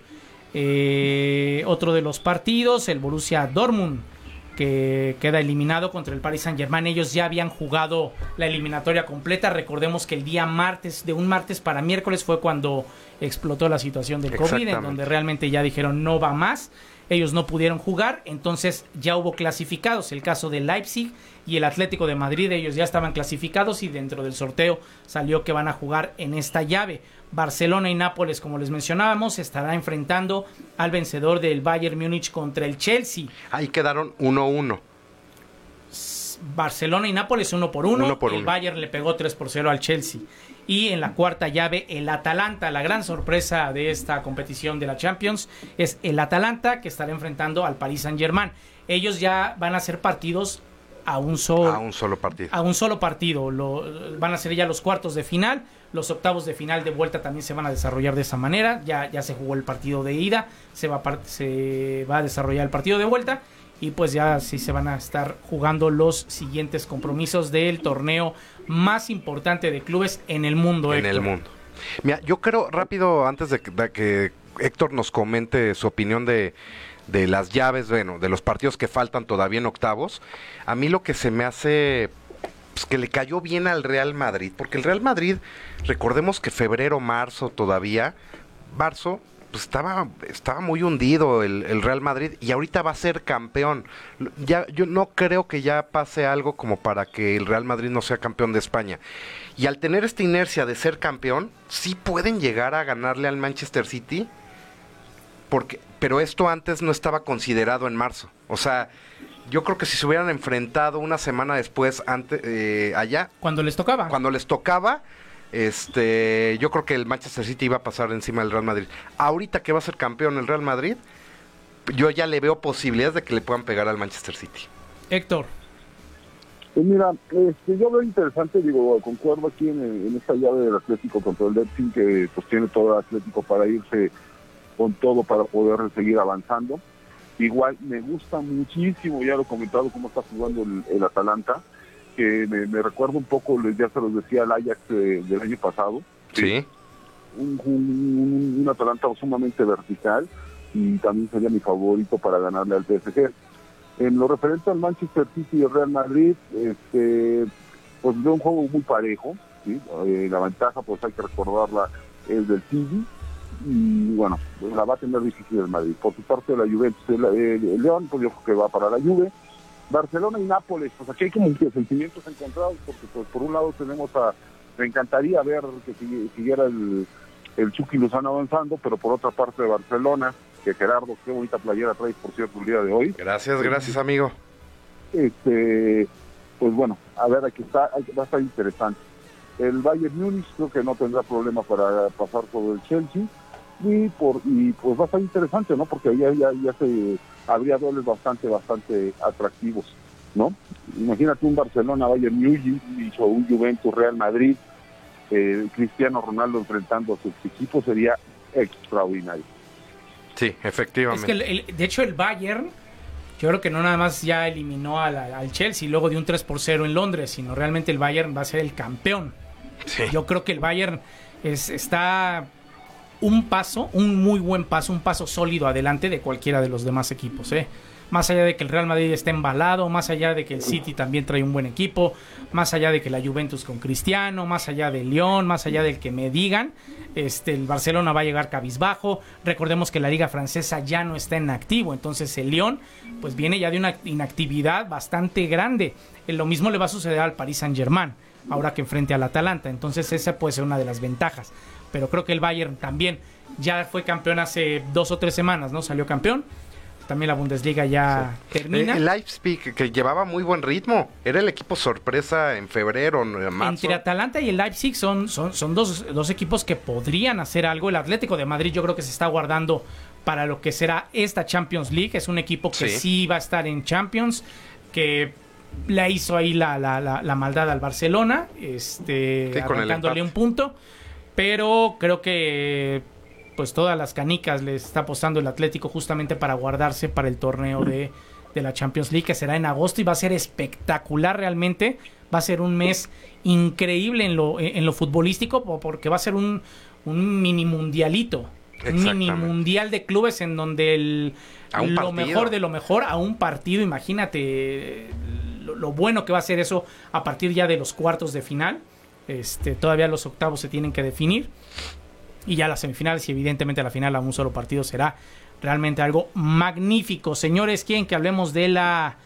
Otro de los partidos, el Borussia Dortmund, que queda eliminado contra el Paris Saint-Germain. Ellos ya habían jugado la eliminatoria completa. Recordemos que el día martes, de un martes para miércoles, fue cuando explotó la situación del COVID, en donde realmente ya dijeron no va más. Ellos no pudieron jugar, entonces ya hubo clasificados. El caso de Leipzig y el Atlético de Madrid, ellos ya estaban clasificados, y dentro del sorteo salió que van a jugar en esta llave. Barcelona y Nápoles, como les mencionábamos, estará enfrentando al vencedor del Bayern Múnich contra el Chelsea. Ahí quedaron 1-1. Barcelona y Nápoles 1-1. El Bayern le pegó 3-0 al Chelsea. Y en la cuarta llave, el Atalanta, la gran sorpresa de esta competición de la Champions, es el Atalanta, que estará enfrentando al Paris Saint-Germain. Ellos ya van a hacer partidos a un solo partido. Van a ser ya los cuartos de final. Los octavos de final de vuelta también se van a desarrollar de esa manera. Ya se jugó el partido de ida, se va a desarrollar el partido de vuelta, y pues ya sí se van a estar jugando los siguientes compromisos del torneo más importante de clubes en el mundo. En el mundo. Mira, yo creo, rápido, antes de que Héctor nos comente su opinión de las llaves, bueno, de los partidos que faltan todavía en octavos, a mí lo que se me hace, pues, que le cayó bien al Real Madrid, porque el Real Madrid, recordemos que marzo, pues estaba muy hundido el Real Madrid, y ahorita va a ser campeón. Yo no creo que ya pase algo como para que el Real Madrid no sea campeón de España. Y al tener esta inercia de ser campeón, sí pueden llegar a ganarle al Manchester City, pero esto antes no estaba considerado en marzo. O sea, yo creo que si se hubieran enfrentado una semana después, allá, cuando les tocaba, yo creo que el Manchester City iba a pasar encima del Real Madrid. Ahorita que va a ser campeón el Real Madrid, yo ya le veo posibilidades de que le puedan pegar al Manchester City. Héctor. Pues mira, yo veo interesante, concuerdo aquí en esta llave del Atlético contra el Leipzig, que pues tiene todo el Atlético para irse con todo para poder seguir avanzando. Igual me gusta muchísimo, ya lo he comentado, cómo está jugando el Atalanta, que me recuerda un poco, ya se los decía, al Ajax del año pasado. Sí. Un Atalanta sumamente vertical, y también sería mi favorito para ganarle al PSG. En lo referente al Manchester City y el Real Madrid, pues veo un juego muy parejo, ¿sí? La ventaja, pues hay que recordarla, es del City, y bueno, la va a tener difícil el Madrid. Por su parte, la Juventus, el León, pues yo creo que va para la Juve. Barcelona y Nápoles, pues aquí hay como que sentimientos encontrados, porque pues por un lado me encantaría ver que siguiera el Chucky Lozano avanzando, pero por otra parte Barcelona que Gerardo, qué bonita playera traes, por cierto, el día de hoy. Gracias, amigo. Pues bueno, a ver, aquí está, va a estar interesante. El Bayern Múnich creo que no tendrá problema para pasar por el Chelsea, y pues va a estar interesante, ¿no? Porque ya habría duelos bastante atractivos, ¿no? Imagínate un Barcelona, Bayern Múnich o un Juventus, Real Madrid, Cristiano Ronaldo enfrentando a sus equipos, sería extraordinario. Sí, efectivamente. Es que de hecho el Bayern, yo creo que no nada más ya eliminó al Chelsea luego de un 3-0 en Londres, sino realmente el Bayern va a ser el campeón. Sí. Yo creo que el Bayern está un muy buen paso, un paso sólido adelante de cualquiera de los demás equipos, Más allá de que el Real Madrid esté embalado, más allá de que el City también trae un buen equipo, más allá de que la Juventus con Cristiano, más allá del Lyon, más allá del que me digan, el Barcelona va a llegar cabizbajo. Recordemos que la liga francesa ya no está en activo, entonces el Lyon pues viene ya de una inactividad bastante grande. Lo mismo le va a suceder al Paris Saint-Germain ahora que enfrente al Atalanta, entonces esa puede ser una de las ventajas. Pero creo que el Bayern también ya fue campeón hace 2 o 3 semanas, ¿no? Salió campeón. También la Bundesliga ya termina. El Leipzig, que llevaba muy buen ritmo, era el equipo sorpresa en febrero, en marzo. Entre Atalanta y el Leipzig son dos equipos que podrían hacer algo. El Atlético de Madrid yo creo que se está guardando para lo que será esta Champions League. Es un equipo que sí va a estar en Champions, que le hizo ahí la maldad al Barcelona, arrancándole un punto. Pero creo que pues todas las canicas le está apostando el Atlético justamente para guardarse para el torneo de la Champions League, que será en agosto y va a ser espectacular realmente. Va a ser un mes increíble en lo futbolístico, porque va a ser un mini mundialito, un mini mundial de clubes en donde lo mejor de lo mejor a un partido. Imagínate lo bueno que va a ser eso a partir ya de los cuartos de final. Todavía los octavos se tienen que definir y ya las semifinales, y evidentemente la final a un solo partido será realmente algo magnífico. Señores, ¿quieren que hablemos de la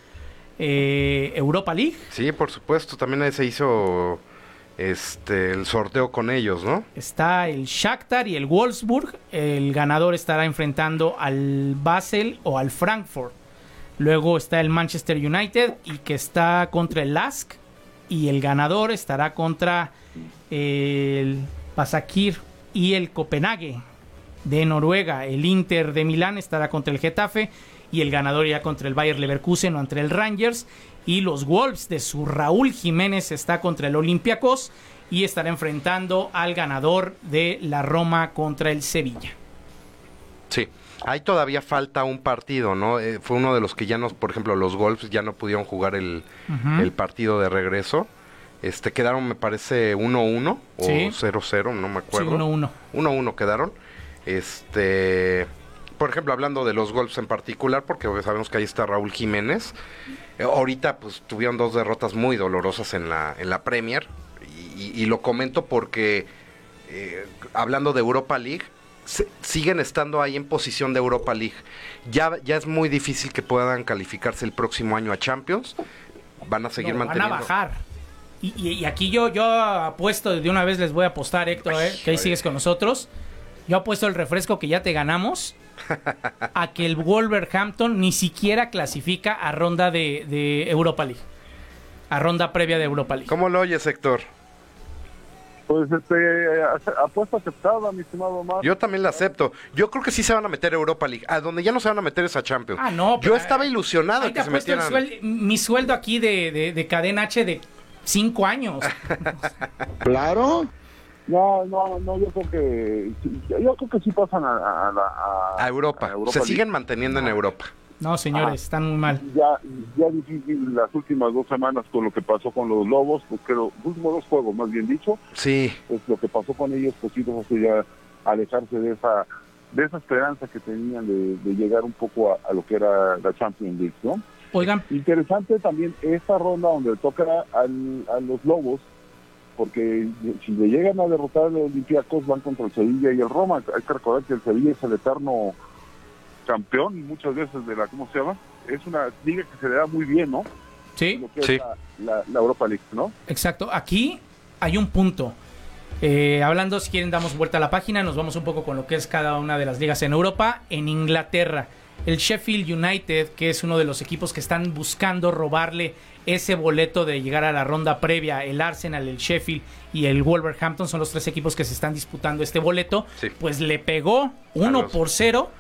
Europa League? Sí, por supuesto, también ahí se hizo el sorteo con ellos, ¿no? Está el Shakhtar y el Wolfsburg. El ganador estará enfrentando al Basel o al Frankfurt. Luego está el Manchester United, y que está contra el Lask, y el ganador estará contra el Başakşehir y el Copenhague de Noruega. El Inter de Milán estará contra el Getafe, y el ganador irá contra el Bayer Leverkusen o entre el Rangers. Y los Wolves de su Raúl Jiménez está contra el Olympiacos, y estará enfrentando al ganador de la Roma contra el Sevilla. Sí, ahí todavía falta un partido, ¿no? Fue uno de los que ya por ejemplo, los Wolves ya no pudieron jugar el partido de regreso. Quedaron, me parece, 1-1 o 0-0, no me acuerdo. Sí, 1-1. 1-1 quedaron. Por ejemplo, hablando de los Wolves en particular, porque sabemos que ahí está Raúl Jiménez. Ahorita, pues, tuvieron 2 derrotas muy dolorosas en la Premier. Y lo comento porque, hablando de Europa League, siguen estando ahí en posición de Europa League. Ya es muy difícil que puedan calificarse el próximo año a Champions. Van a seguir manteniendo. Van a bajar. Y aquí yo apuesto, de una vez les voy a apostar, Héctor, que ahí sigues con nosotros. Yo apuesto el refresco que ya te ganamos a que el Wolverhampton ni siquiera clasifica a ronda de Europa League. A ronda previa de Europa League. ¿Cómo lo oyes, Héctor? Pues apuesta aceptada, mi estimado Omar. Yo también la acepto. Yo creo que sí se van a meter a Europa League. A donde ya no se van a meter es a Champions. Ah, no. Yo estaba ilusionado en que se metieran. Mi sueldo aquí de Cadena H de 5 años. Claro. No, yo creo que sí pasan a Europa. Se siguen manteniendo en Europa. No, señores, están muy mal. Ya difícil las últimas 2 semanas con lo que pasó con los Lobos, porque los últimos 2 juegos, más bien dicho. Sí. Pues lo que pasó con ellos, pues sí, ya alejarse de esa esperanza que tenían de llegar un poco a lo que era la Champions League, ¿no? Oigan. Interesante también esta ronda donde toca a los Lobos, porque si le llegan a derrotar a los Olympiacos, van contra el Sevilla y el Roma. Hay que recordar que el Sevilla es el eterno campeón y muchas veces de ¿cómo se llama? Es una liga que se le da muy bien, ¿no? Sí. Lo que es la Europa League, ¿no? Exacto. Aquí hay un punto. Hablando, si quieren, damos vuelta a la página, nos vamos un poco con lo que es cada una de las ligas en Europa. En Inglaterra, el Sheffield United, que es uno de los equipos que están buscando robarle ese boleto de llegar a la ronda previa, el Arsenal, el Sheffield y el Wolverhampton, son los 3 equipos que se están disputando este boleto, Sí. pues le pegó 1-0,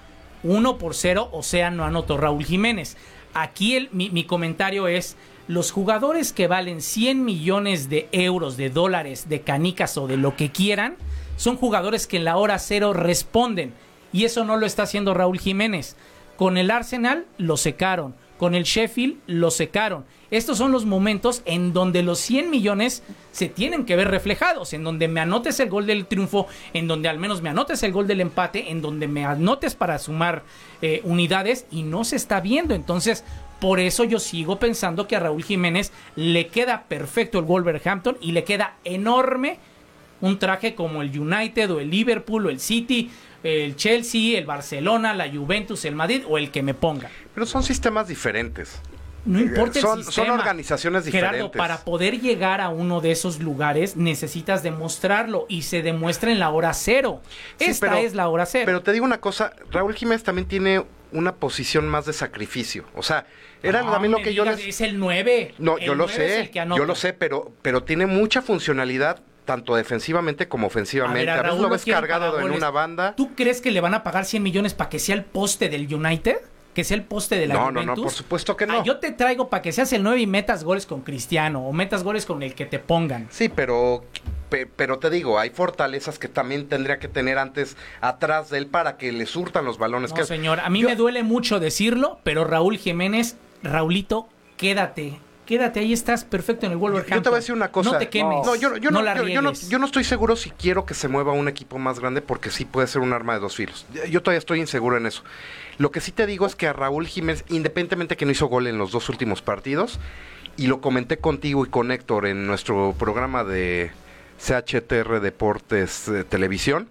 o sea, no anotó Raúl Jiménez. Aquí mi comentario es: los jugadores que valen 100 millones de euros, de dólares, de canicas o de lo que quieran, son jugadores que en la hora cero responden. Y eso no lo está haciendo Raúl Jiménez. Con el Arsenal lo secaron. Con el Sheffield lo secaron. Estos son los momentos en donde los 100 millones se tienen que ver reflejados, en donde me anotes el gol del triunfo, en donde al menos me anotes el gol del empate, en donde me anotes para sumar unidades, y no se está viendo. Entonces, por eso yo sigo pensando que a Raúl Jiménez le queda perfecto el Wolverhampton y le queda enorme un traje como el United o el Liverpool o el City, el Chelsea, el Barcelona, la Juventus, el Madrid o el que me ponga. Pero son sistemas diferentes. No importa el Son sistema. organizaciones diferentes. Gerardo, para poder llegar a uno de esos lugares necesitas demostrarlo, y se demuestra en la hora cero. Sí, Esta es la hora cero. Pero te digo una cosa, Raúl Jiménez también tiene una posición más de sacrificio. O sea, era también lo que yo les... Es el 9. No, El yo lo 9 es sé, el que anota. yo lo sé, pero tiene mucha funcionalidad, tanto defensivamente como ofensivamente. A veces lo ves cargado en una banda. ¿Tú crees que le van a pagar 100 millones para que sea el poste del United? ¿Que sea el poste de la Juventus? No, por supuesto que no. Yo te traigo para que seas el 9 y metas goles con Cristiano, o metas goles con el que te pongan. Sí, pero te digo, hay fortalezas que también tendría que tener antes atrás de él para que le surtan los balones. No, señor, a mí me duele mucho decirlo, pero Raúl Jiménez, Raulito, quédate, ahí estás perfecto en el Wolverhampton. Yo te voy a decir una cosa. No te quemes. Yo no estoy seguro si quiero que se mueva un equipo más grande, porque sí puede ser un arma de 2 filos. Yo todavía estoy inseguro en eso. Lo que sí te digo es que a Raúl Jiménez, independientemente que no hizo gol en los 2 últimos partidos, y lo comenté contigo y con Héctor en nuestro programa de CHTR Deportes Televisión,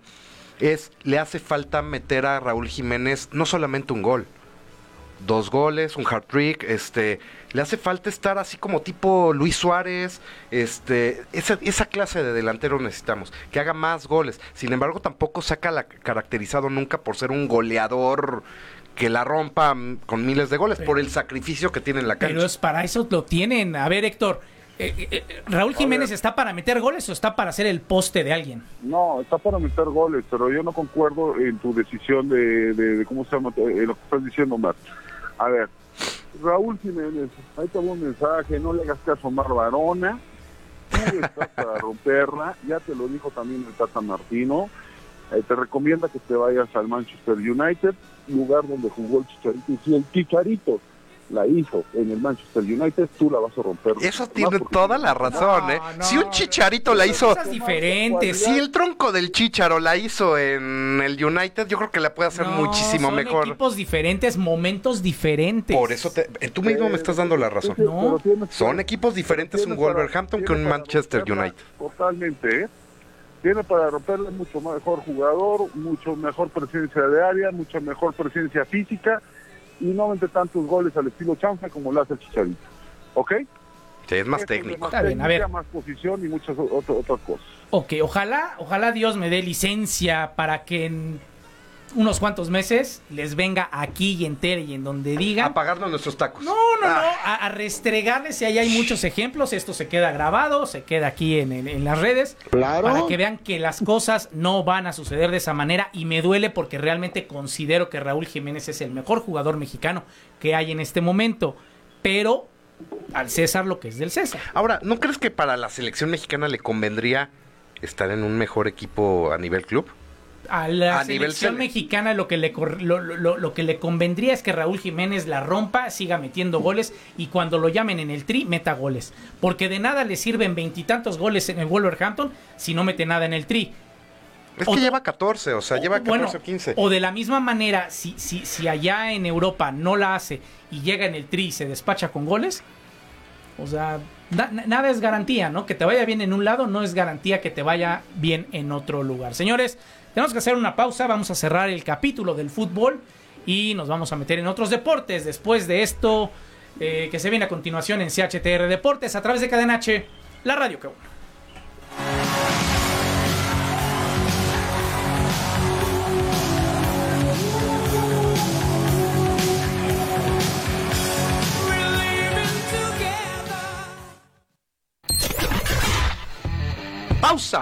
le hace falta meter a Raúl Jiménez no solamente un gol, 2 goles, un hat-trick, le hace falta estar así como tipo Luis Suárez, esa clase de delantero necesitamos, que haga más goles. Sin embargo, tampoco se ha caracterizado nunca por ser un goleador que la rompa con miles de goles, por el sacrificio que tiene en la cancha. Pero es para eso lo tienen. A ver, Héctor, ¿Raúl Jiménez está para meter goles o está para ser el poste de alguien? No, está para meter goles, pero yo no concuerdo en tu decisión de ¿cómo se llama? Lo que estás diciendo, Mar. A ver, Raúl Jiménez, ahí te hago un mensaje, no le hagas caso a Mar Barona, tú estás para romperla, ya te lo dijo también el Tata Martino, te recomienda que te vayas al Manchester United, lugar donde jugó el Chicharito, y si el Chicharito la hizo en el Manchester United, tú la vas a romper. Eso tiene toda la razón, si un Chicharito la hizo... Cosas diferentes. Si el tronco del Chicharo la hizo en el United, yo creo que la puede hacer muchísimo mejor. Son equipos diferentes, momentos diferentes. Por eso tú mismo me estás dando la razón. No. Son equipos diferentes un Wolverhampton que un Manchester United. Totalmente, Tiene para romperle mucho mejor jugador, mucho mejor presencia de área, mucha mejor presencia física, y no mete tantos goles al estilo chanfa como lo hace el Chicharito. ¿Ok? Sí, es más técnico. Está bien, a ver. Más posición y muchas otras cosas. Ok, ojalá Dios me dé licencia para que en unos cuantos meses les venga aquí y en tele y en donde digan. A pagarnos nuestros tacos. No, a restregarles, y ahí hay muchos ejemplos. Esto se queda grabado, se queda aquí en las redes. Claro. Para que vean que las cosas no van a suceder de esa manera, y me duele porque realmente considero que Raúl Jiménez es el mejor jugador mexicano que hay en este momento. Pero al César lo que es del César. Ahora, ¿no crees que para la selección mexicana le convendría estar en un mejor equipo a nivel club? A la selección mexicana lo que le convendría es que Raúl Jiménez la rompa, siga metiendo goles, y cuando lo llamen en el Tri, meta goles. Porque de nada le sirven 20 y tantos goles en el Wolverhampton si no mete nada en el Tri. Es que lleva 14, o sea, lleva 14 o 15. O de la misma manera, si allá en Europa no la hace y llega en el Tri y se despacha con goles, o sea, nada es garantía, ¿no? Que te vaya bien en un lado no es garantía que te vaya bien en otro lugar. Señores, tenemos que hacer una pausa, vamos a cerrar el capítulo del fútbol y nos vamos a meter en otros deportes después de esto que se viene a continuación en CHTR Deportes a través de Cadena H, la radio que une. pausa.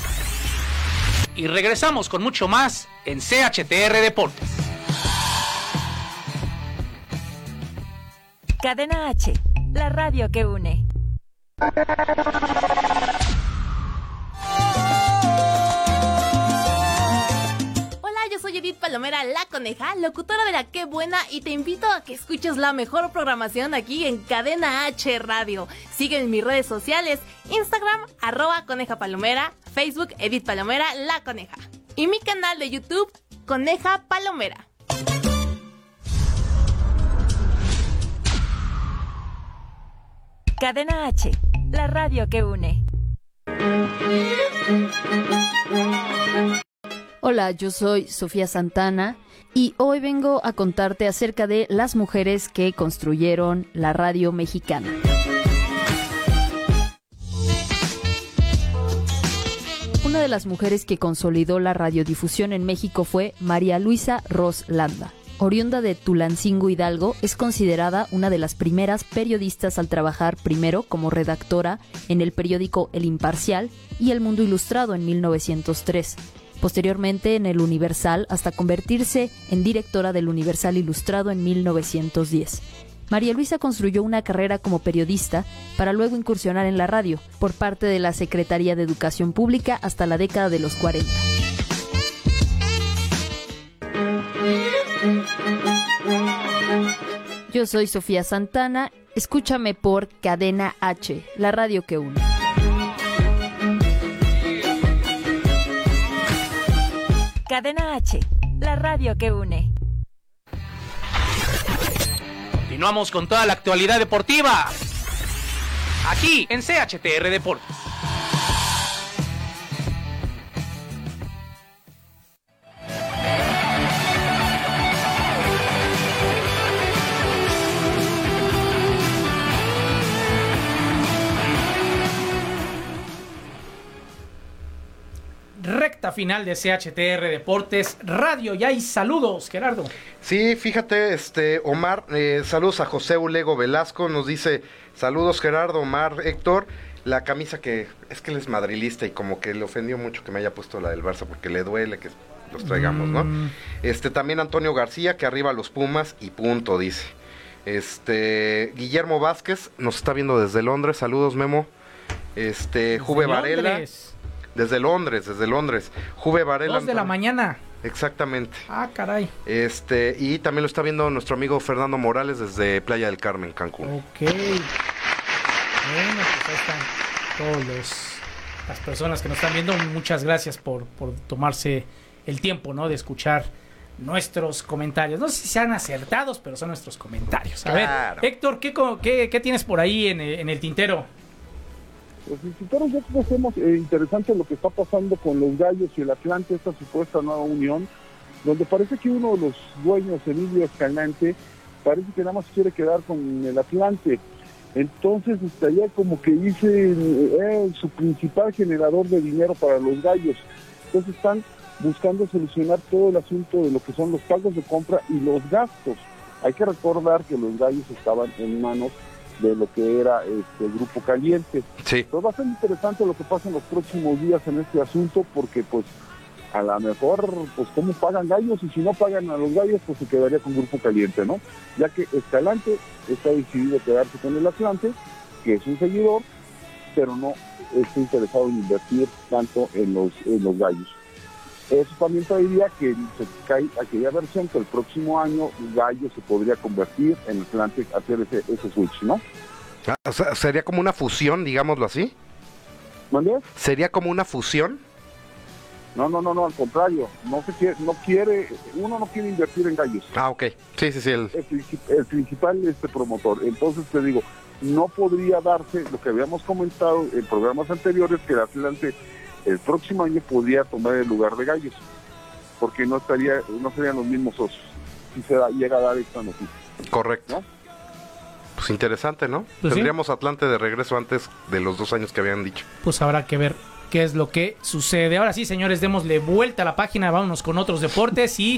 Y regresamos con mucho más en CHTR Deportes. Cadena H, la radio que une. Yo soy Edith Palomera, la coneja, locutora de La Qué Buena, y te invito a que escuches la mejor programación aquí en Cadena H Radio. Sigue en mis redes sociales, Instagram, @conejapalomera, Facebook, Edith Palomera, la coneja, y mi canal de YouTube, Coneja Palomera. Cadena H, la radio que une. Hola, yo soy Sofía Santana y hoy vengo a contarte acerca de las mujeres que construyeron la radio mexicana. Una de las mujeres que consolidó la radiodifusión en México fue María Luisa Ros Landa. Oriunda de Tulancingo, Hidalgo, es considerada una de las primeras periodistas al trabajar primero como redactora en el periódico El Imparcial y El Mundo Ilustrado en 1903. Posteriormente en El Universal, hasta convertirse en directora del Universal Ilustrado en 1910. María Luisa construyó una carrera como periodista para luego incursionar en la radio, por parte de la Secretaría de Educación Pública hasta la década de los 40. Yo soy Sofía Santana, escúchame por Cadena H, la radio que une. Cadena H, la radio que une. Continuamos con toda la actualidad deportiva, aquí en CHTR Deportes. Recta final de CHTR Deportes Radio. Ya hay saludos, Gerardo. Sí, fíjate, Omar, saludos a José Ulego Velasco, nos dice, saludos Gerardo, Omar, Héctor, la camisa que, es que él es madrilista y como que le ofendió mucho que me haya puesto la del Barça porque le duele que los traigamos, ¿no? También Antonio García, que arriba los Pumas y punto, dice. Guillermo Vázquez, nos está viendo desde Londres, saludos Memo. Juve Varela. Desde Londres. Juve Varela. 2 de la mañana. Exactamente. Ah, caray. Y también lo está viendo nuestro amigo Fernando Morales desde Playa del Carmen, Cancún. Ok. Bueno, pues ahí están todas las personas que nos están viendo. Muchas gracias por tomarse el tiempo, ¿no? De escuchar nuestros comentarios. No sé si sean acertados, pero son nuestros comentarios. A ver, Héctor, ¿qué tienes por ahí en el tintero? Los visitores ya conocemos interesante lo que está pasando con los Gallos y el Atlante, esta supuesta nueva unión, donde parece que uno de los dueños, Emilio Escalante, parece que nada más quiere quedar con el Atlante. Entonces estaría como que dice su principal generador de dinero para los Gallos. Entonces están buscando solucionar todo el asunto de lo que son los pagos de compra y los gastos. Hay que recordar que los Gallos estaban en manos de lo que era el Grupo Caliente. Sí. Entonces va a ser interesante lo que pasa en los próximos días en este asunto, porque pues a lo mejor, pues cómo pagan Gallos, y si no pagan a los Gallos, pues se quedaría con Grupo Caliente, ¿no? Ya que Escalante está decidido a quedarse con el Atlante, que es un seguidor, pero no está interesado en invertir tanto en los Gallos. Eso también traería que se cae aquella versión que el próximo año Gallo se podría convertir en Atlante, hacer ese switch, ¿no? O sea, ¿sería como una fusión, digámoslo así? ¿Dónde? ¿Sería como una fusión? No, al contrario, uno no quiere invertir en Gallos. Ah, ok. Sí. El principal promotor. Entonces te digo, no podría darse lo que habíamos comentado en programas anteriores, que el Atlante el próximo año podría tomar el lugar de Gallos, porque no serían los mismos socios si se llega a dar esta noticia. Correcto. ¿No? Pues interesante, ¿no? Pues tendríamos Atlante de regreso antes de los 2 años que habían dicho. Pues habrá que ver qué es lo que sucede. Ahora sí, señores, démosle vuelta a la página, vámonos con otros deportes y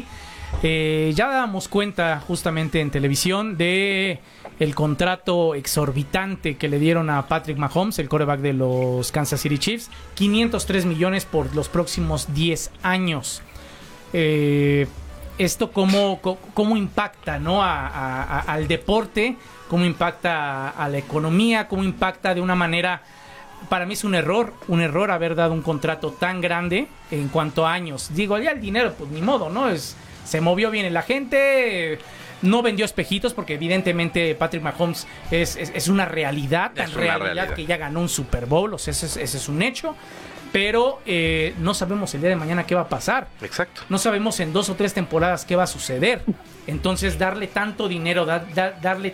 Ya dábamos cuenta justamente en televisión de el contrato exorbitante que le dieron a Patrick Mahomes, el quarterback de los Kansas City Chiefs, 503 millones por los próximos 10 años. Esto cómo impacta, ¿no? al deporte, cómo impacta a la economía, cómo impacta de una manera... Para mí es un error haber dado un contrato tan grande en cuanto a años. Digo, ya el dinero, pues ni modo, ¿no? Se movió bien la gente, no vendió espejitos porque evidentemente Patrick Mahomes es una realidad, tan realidad que ya ganó un Super Bowl, o sea, ese es un hecho. Pero no sabemos el día de mañana qué va a pasar. Exacto. No sabemos en 2 o 3 temporadas qué va a suceder. Entonces darle tanto dinero, darle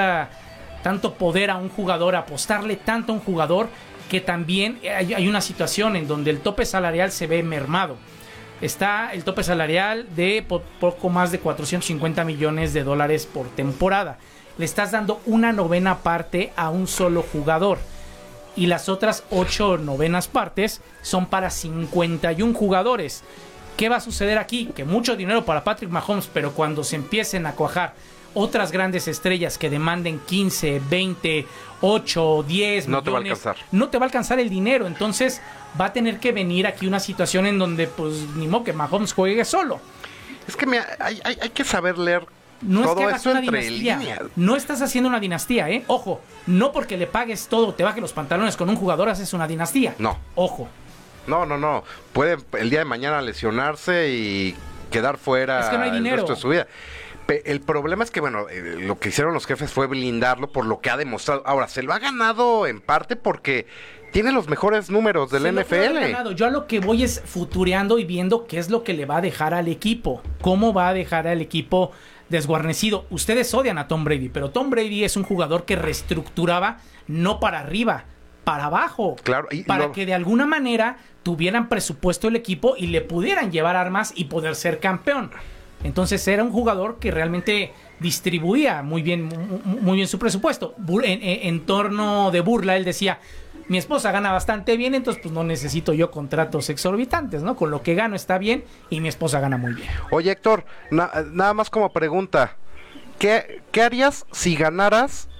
tanto poder a un jugador, apostarle tanto a un jugador, que también hay una situación en donde el tope salarial se ve mermado. Está el tope salarial de poco más de $450 millones por temporada. Le estás dando 1/9 parte a un solo jugador. Y las otras 8/9 partes son para 51 jugadores. ¿Qué va a suceder aquí? Que mucho dinero para Patrick Mahomes, pero cuando se empiecen a cuajar otras grandes estrellas que demanden 15, 20, 8, 10 no millones, te va a alcanzar. No te va a alcanzar el dinero. Entonces va a tener que venir aquí una situación en donde pues ni modo que Mahomes juegue solo. Es que hay que saber leer no todo es que hagas eso una entre dinastía. líneas. No estás haciendo una dinastía, ¿eh? Ojo, no porque le pagues todo, te bajes los pantalones con un jugador, haces una dinastía. No. Ojo. No. Puede el día de mañana lesionarse y quedar fuera es que no hay dinero. El resto de su vida. El problema es que, bueno, lo que hicieron los jefes fue blindarlo por lo que ha demostrado. Ahora, se lo ha ganado en parte porque tiene los mejores números del NFL. Yo a lo que voy es futureando y viendo qué es lo que le va a dejar al equipo. Cómo va a dejar al equipo desguarnecido. Ustedes odian a Tom Brady, pero Tom Brady es un jugador que reestructuraba no para arriba, para abajo. Claro. Para que de alguna manera tuvieran presupuesto el equipo y le pudieran llevar armas y poder ser campeón. Entonces era un jugador que realmente distribuía muy bien su presupuesto. En torno de burla, él decía, mi esposa gana bastante bien, entonces pues no necesito yo contratos exorbitantes, ¿no? Con lo que gano está bien y mi esposa gana muy bien. Oye, Héctor, nada más como pregunta, ¿qué harías si ganaras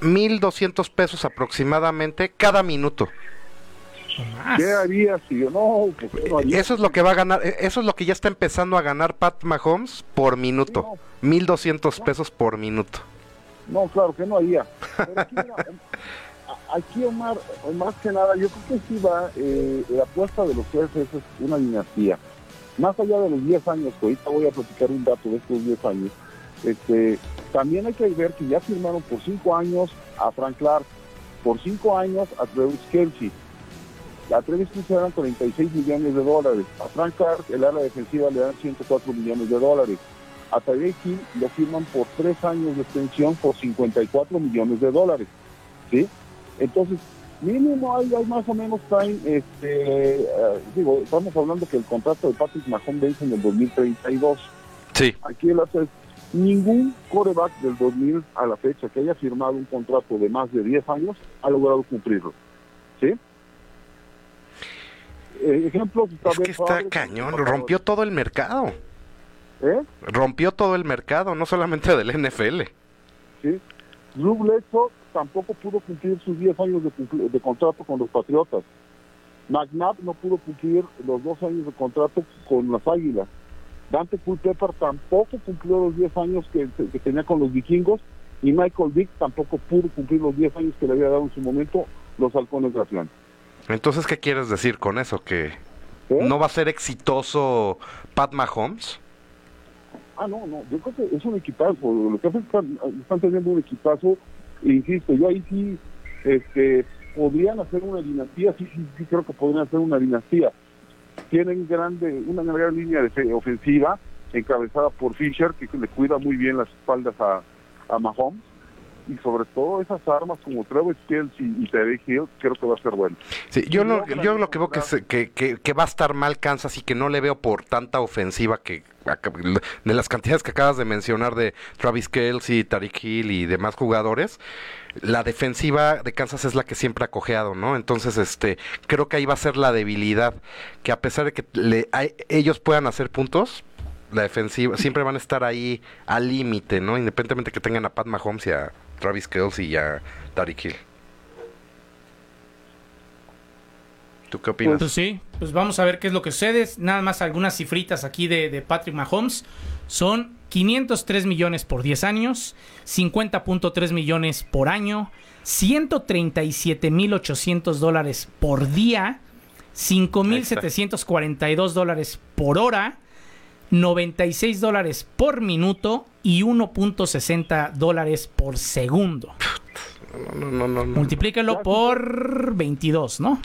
$1,200 aproximadamente cada minuto? ¿Qué haría si yo no? Pues no haría. Eso es lo que va a ganar, eso es lo que ya está empezando a ganar Pat Mahomes por minuto. No. $1,200 por minuto. No, claro que no haría. Pero aquí, Omar, más que nada, yo creo que sí va, la apuesta de los jefes es una dinastía. Más allá de los 10 años, que ahorita voy a platicar un dato de estos 10 años, también hay que ver que ya firmaron por 5 años a Frank Clark, por 5 años a Travis Kelce. A Travis Kelce le dan $36 millones. A Frank Clark, el área defensiva, le dan $104 millones. A Tyreek Hill lo firman por 3 años de extensión por $54 millones. ¿Sí? Entonces, mínimo hay más o menos time, estamos hablando que el contrato de Patrick Mahomes vence en el 2032. Sí. Aquí el hace ningún quarterback del 2000 a la fecha que haya firmado un contrato de más de 10 años ha logrado cumplirlo. ¿Sí? Ejemplo, es que está cañón, rompió todo el mercado. Rompió todo el mercado, no solamente del NFL. Sí. Drew Bledsoe tampoco pudo cumplir sus 10 años de contrato con los Patriotas. McNabb no pudo cumplir los 2 años de contrato con las Águilas. Dante Culpepper tampoco cumplió los 10 años que tenía con los Vikingos, y Michael Vick tampoco pudo cumplir los 10 años que le había dado en su momento los Halcones de Atlanta. Entonces, ¿qué quieres decir con eso? ¿Que no va a ser exitoso Pat Mahomes? No, yo creo que es un equipazo. Los que están teniendo un equipazo, insisto, yo ahí sí podrían hacer una dinastía, sí creo que podrían hacer una dinastía. Tienen una gran línea de ofensiva encabezada por Fisher, que le cuida muy bien las espaldas a Mahomes, y sobre todo esas armas como Travis Kelce y Tyreek Hill, creo que va a ser bueno. Sí, yo lo que veo que va a estar mal Kansas, y que no le veo por tanta ofensiva que de las cantidades que acabas de mencionar de Travis Kelce, Tyreek Hill y demás jugadores. La defensiva de Kansas es la que siempre ha cojeado, ¿no? Entonces, creo que ahí va a ser la debilidad, que a pesar de que ellos puedan hacer puntos, la defensiva, siempre van a estar ahí al límite, ¿no? Independientemente que tengan a Pat Mahomes y a Travis Kelce y a Tyreek Hill. ¿Tú qué opinas? Pues sí, pues vamos a ver qué es lo que sucede. Nada más algunas cifritas aquí de Patrick Mahomes. Son 503 millones por 10 años, 50.3 millones por año, $137,800 por día, $5,742 por hora, $96 por minuto y $1.60 por segundo. No. Multiplícalo por 22, ¿no?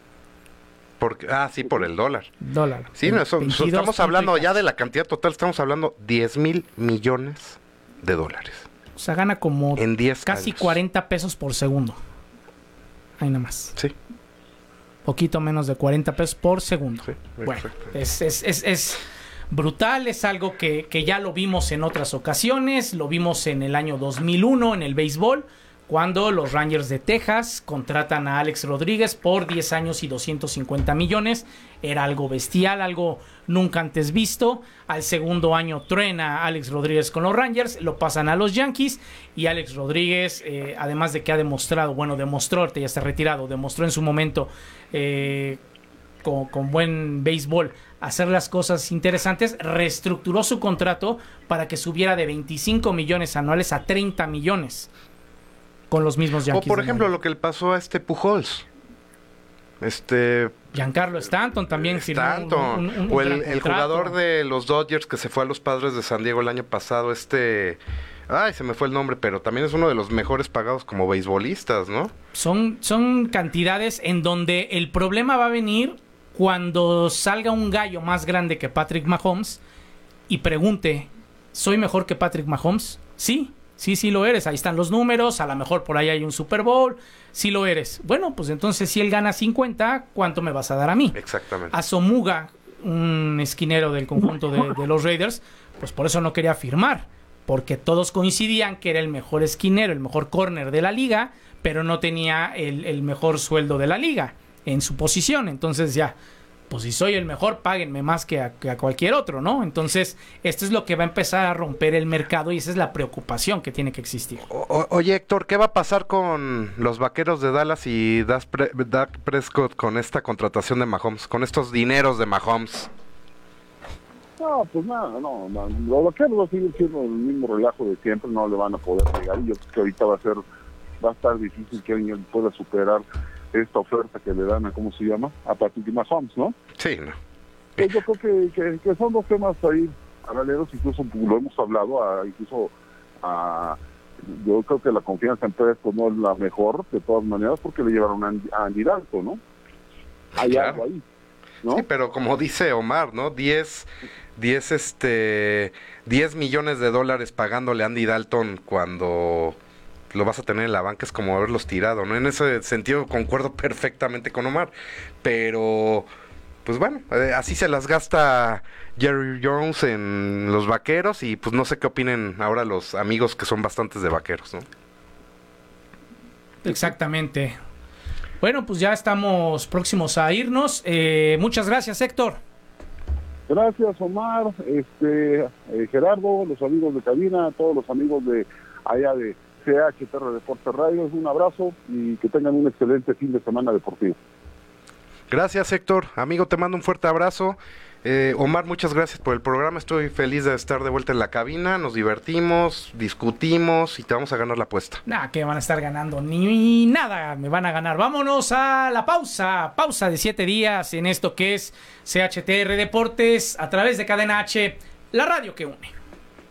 Sí, por el dólar. Sí, estamos hablando ya de la cantidad total, estamos hablando $10,000 millones. O sea, gana como en 10 casi años. 40 pesos por segundo. Ahí nada más. Sí. Poquito menos de 40 pesos por segundo. Sí, bueno, es brutal, es algo que ya lo vimos en otras ocasiones, lo vimos en el año 2001 en el béisbol, cuando los Rangers de Texas contratan a Alex Rodríguez por 10 años y 250 millones. Era algo bestial, algo nunca antes visto. Al segundo año truena a Alex Rodríguez con los Rangers, lo pasan a los Yankees y Alex Rodríguez, además de que ha demostrado, ahorita ya está retirado, demostró en su momento con buen béisbol hacer las cosas interesantes, reestructuró su contrato para que subiera de 25 millones anuales a 30 millones. Con los mismos Yankees. O por ejemplo lo que le pasó a Pujols. Giancarlo Stanton también firmó un o el jugador de los Dodgers que se fue a los Padres de San Diego el año pasado, se me fue el nombre, pero también es uno de los mejores pagados como beisbolistas, ¿no? Son cantidades en donde el problema va a venir cuando salga un gallo más grande que Patrick Mahomes y pregunte, ¿soy mejor que Patrick Mahomes? Sí lo eres, ahí están los números, a lo mejor por ahí hay un Super Bowl, sí lo eres. Bueno, pues entonces si él gana 50, ¿cuánto me vas a dar a mí? Exactamente. A Somuga, un esquinero del conjunto de los Raiders, pues por eso no quería firmar, porque todos coincidían que era el mejor esquinero, el mejor corner de la liga, pero no tenía el mejor sueldo de la liga en su posición. Entonces ya, pues si soy el mejor, páguenme más que a cualquier otro, ¿no? Entonces, esto es lo que va a empezar a romper el mercado y esa es la preocupación que tiene que existir. Oye, Héctor, ¿qué va a pasar con los Vaqueros de Dallas y Dak Prescott con esta contratación de Mahomes, con estos dineros de Mahomes? No, pues nada, no. Los Vaqueros va a seguir siendo el mismo relajo de siempre, no le van a poder llegar y yo creo que ahorita va a estar difícil que alguien pueda superar esta oferta que le dan a Patrick Mahomes, ¿no? Sí, no. Pues yo creo que son dos temas ahí paralelos, incluso lo hemos hablado, yo creo que la confianza en Prescott no es la mejor, de todas maneras, porque le llevaron a Andy Dalton, ¿no? Hay algo ahí, ¿no? Sí, pero como dice Omar, ¿no? 10 millones de dólares pagándole a Andy Dalton cuando lo vas a tener en la banca es como haberlos tirado, ¿no? En ese sentido concuerdo perfectamente con Omar, pero pues bueno, así se las gasta Jerry Jones en los Vaqueros y pues no sé qué opinen ahora los amigos que son bastantes de Vaqueros, ¿no? Exactamente. Bueno, pues ya estamos próximos a irnos. Muchas gracias, Héctor. Gracias, Omar, Gerardo, los amigos de cabina, todos los amigos de allá de CHTR Deportes Radio, un abrazo y que tengan un excelente fin de semana deportivo. Gracias, Héctor. Amigo, te mando un fuerte abrazo. Omar, muchas gracias por el programa. Estoy feliz de estar de vuelta en la cabina. Nos divertimos, discutimos y te vamos a ganar la apuesta. Que van a estar ganando ni nada, me van a ganar. Vámonos a la pausa de 7 días en esto que es CHTR Deportes a través de Cadena H, la radio que une.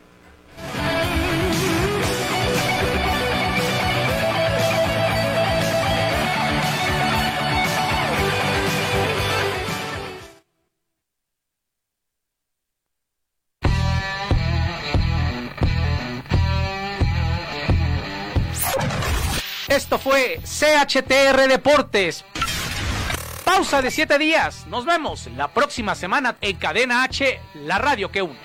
Esto fue CHTR Deportes. Pausa de 7 días. Nos vemos la próxima semana en Cadena H, la radio que une.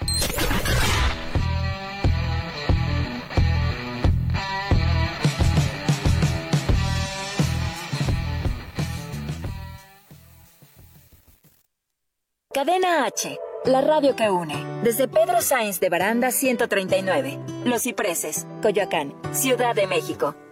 Cadena H, la radio que une. Desde Pedro Sainz de Baranda 139, Los Cipreses, Coyoacán, Ciudad de México.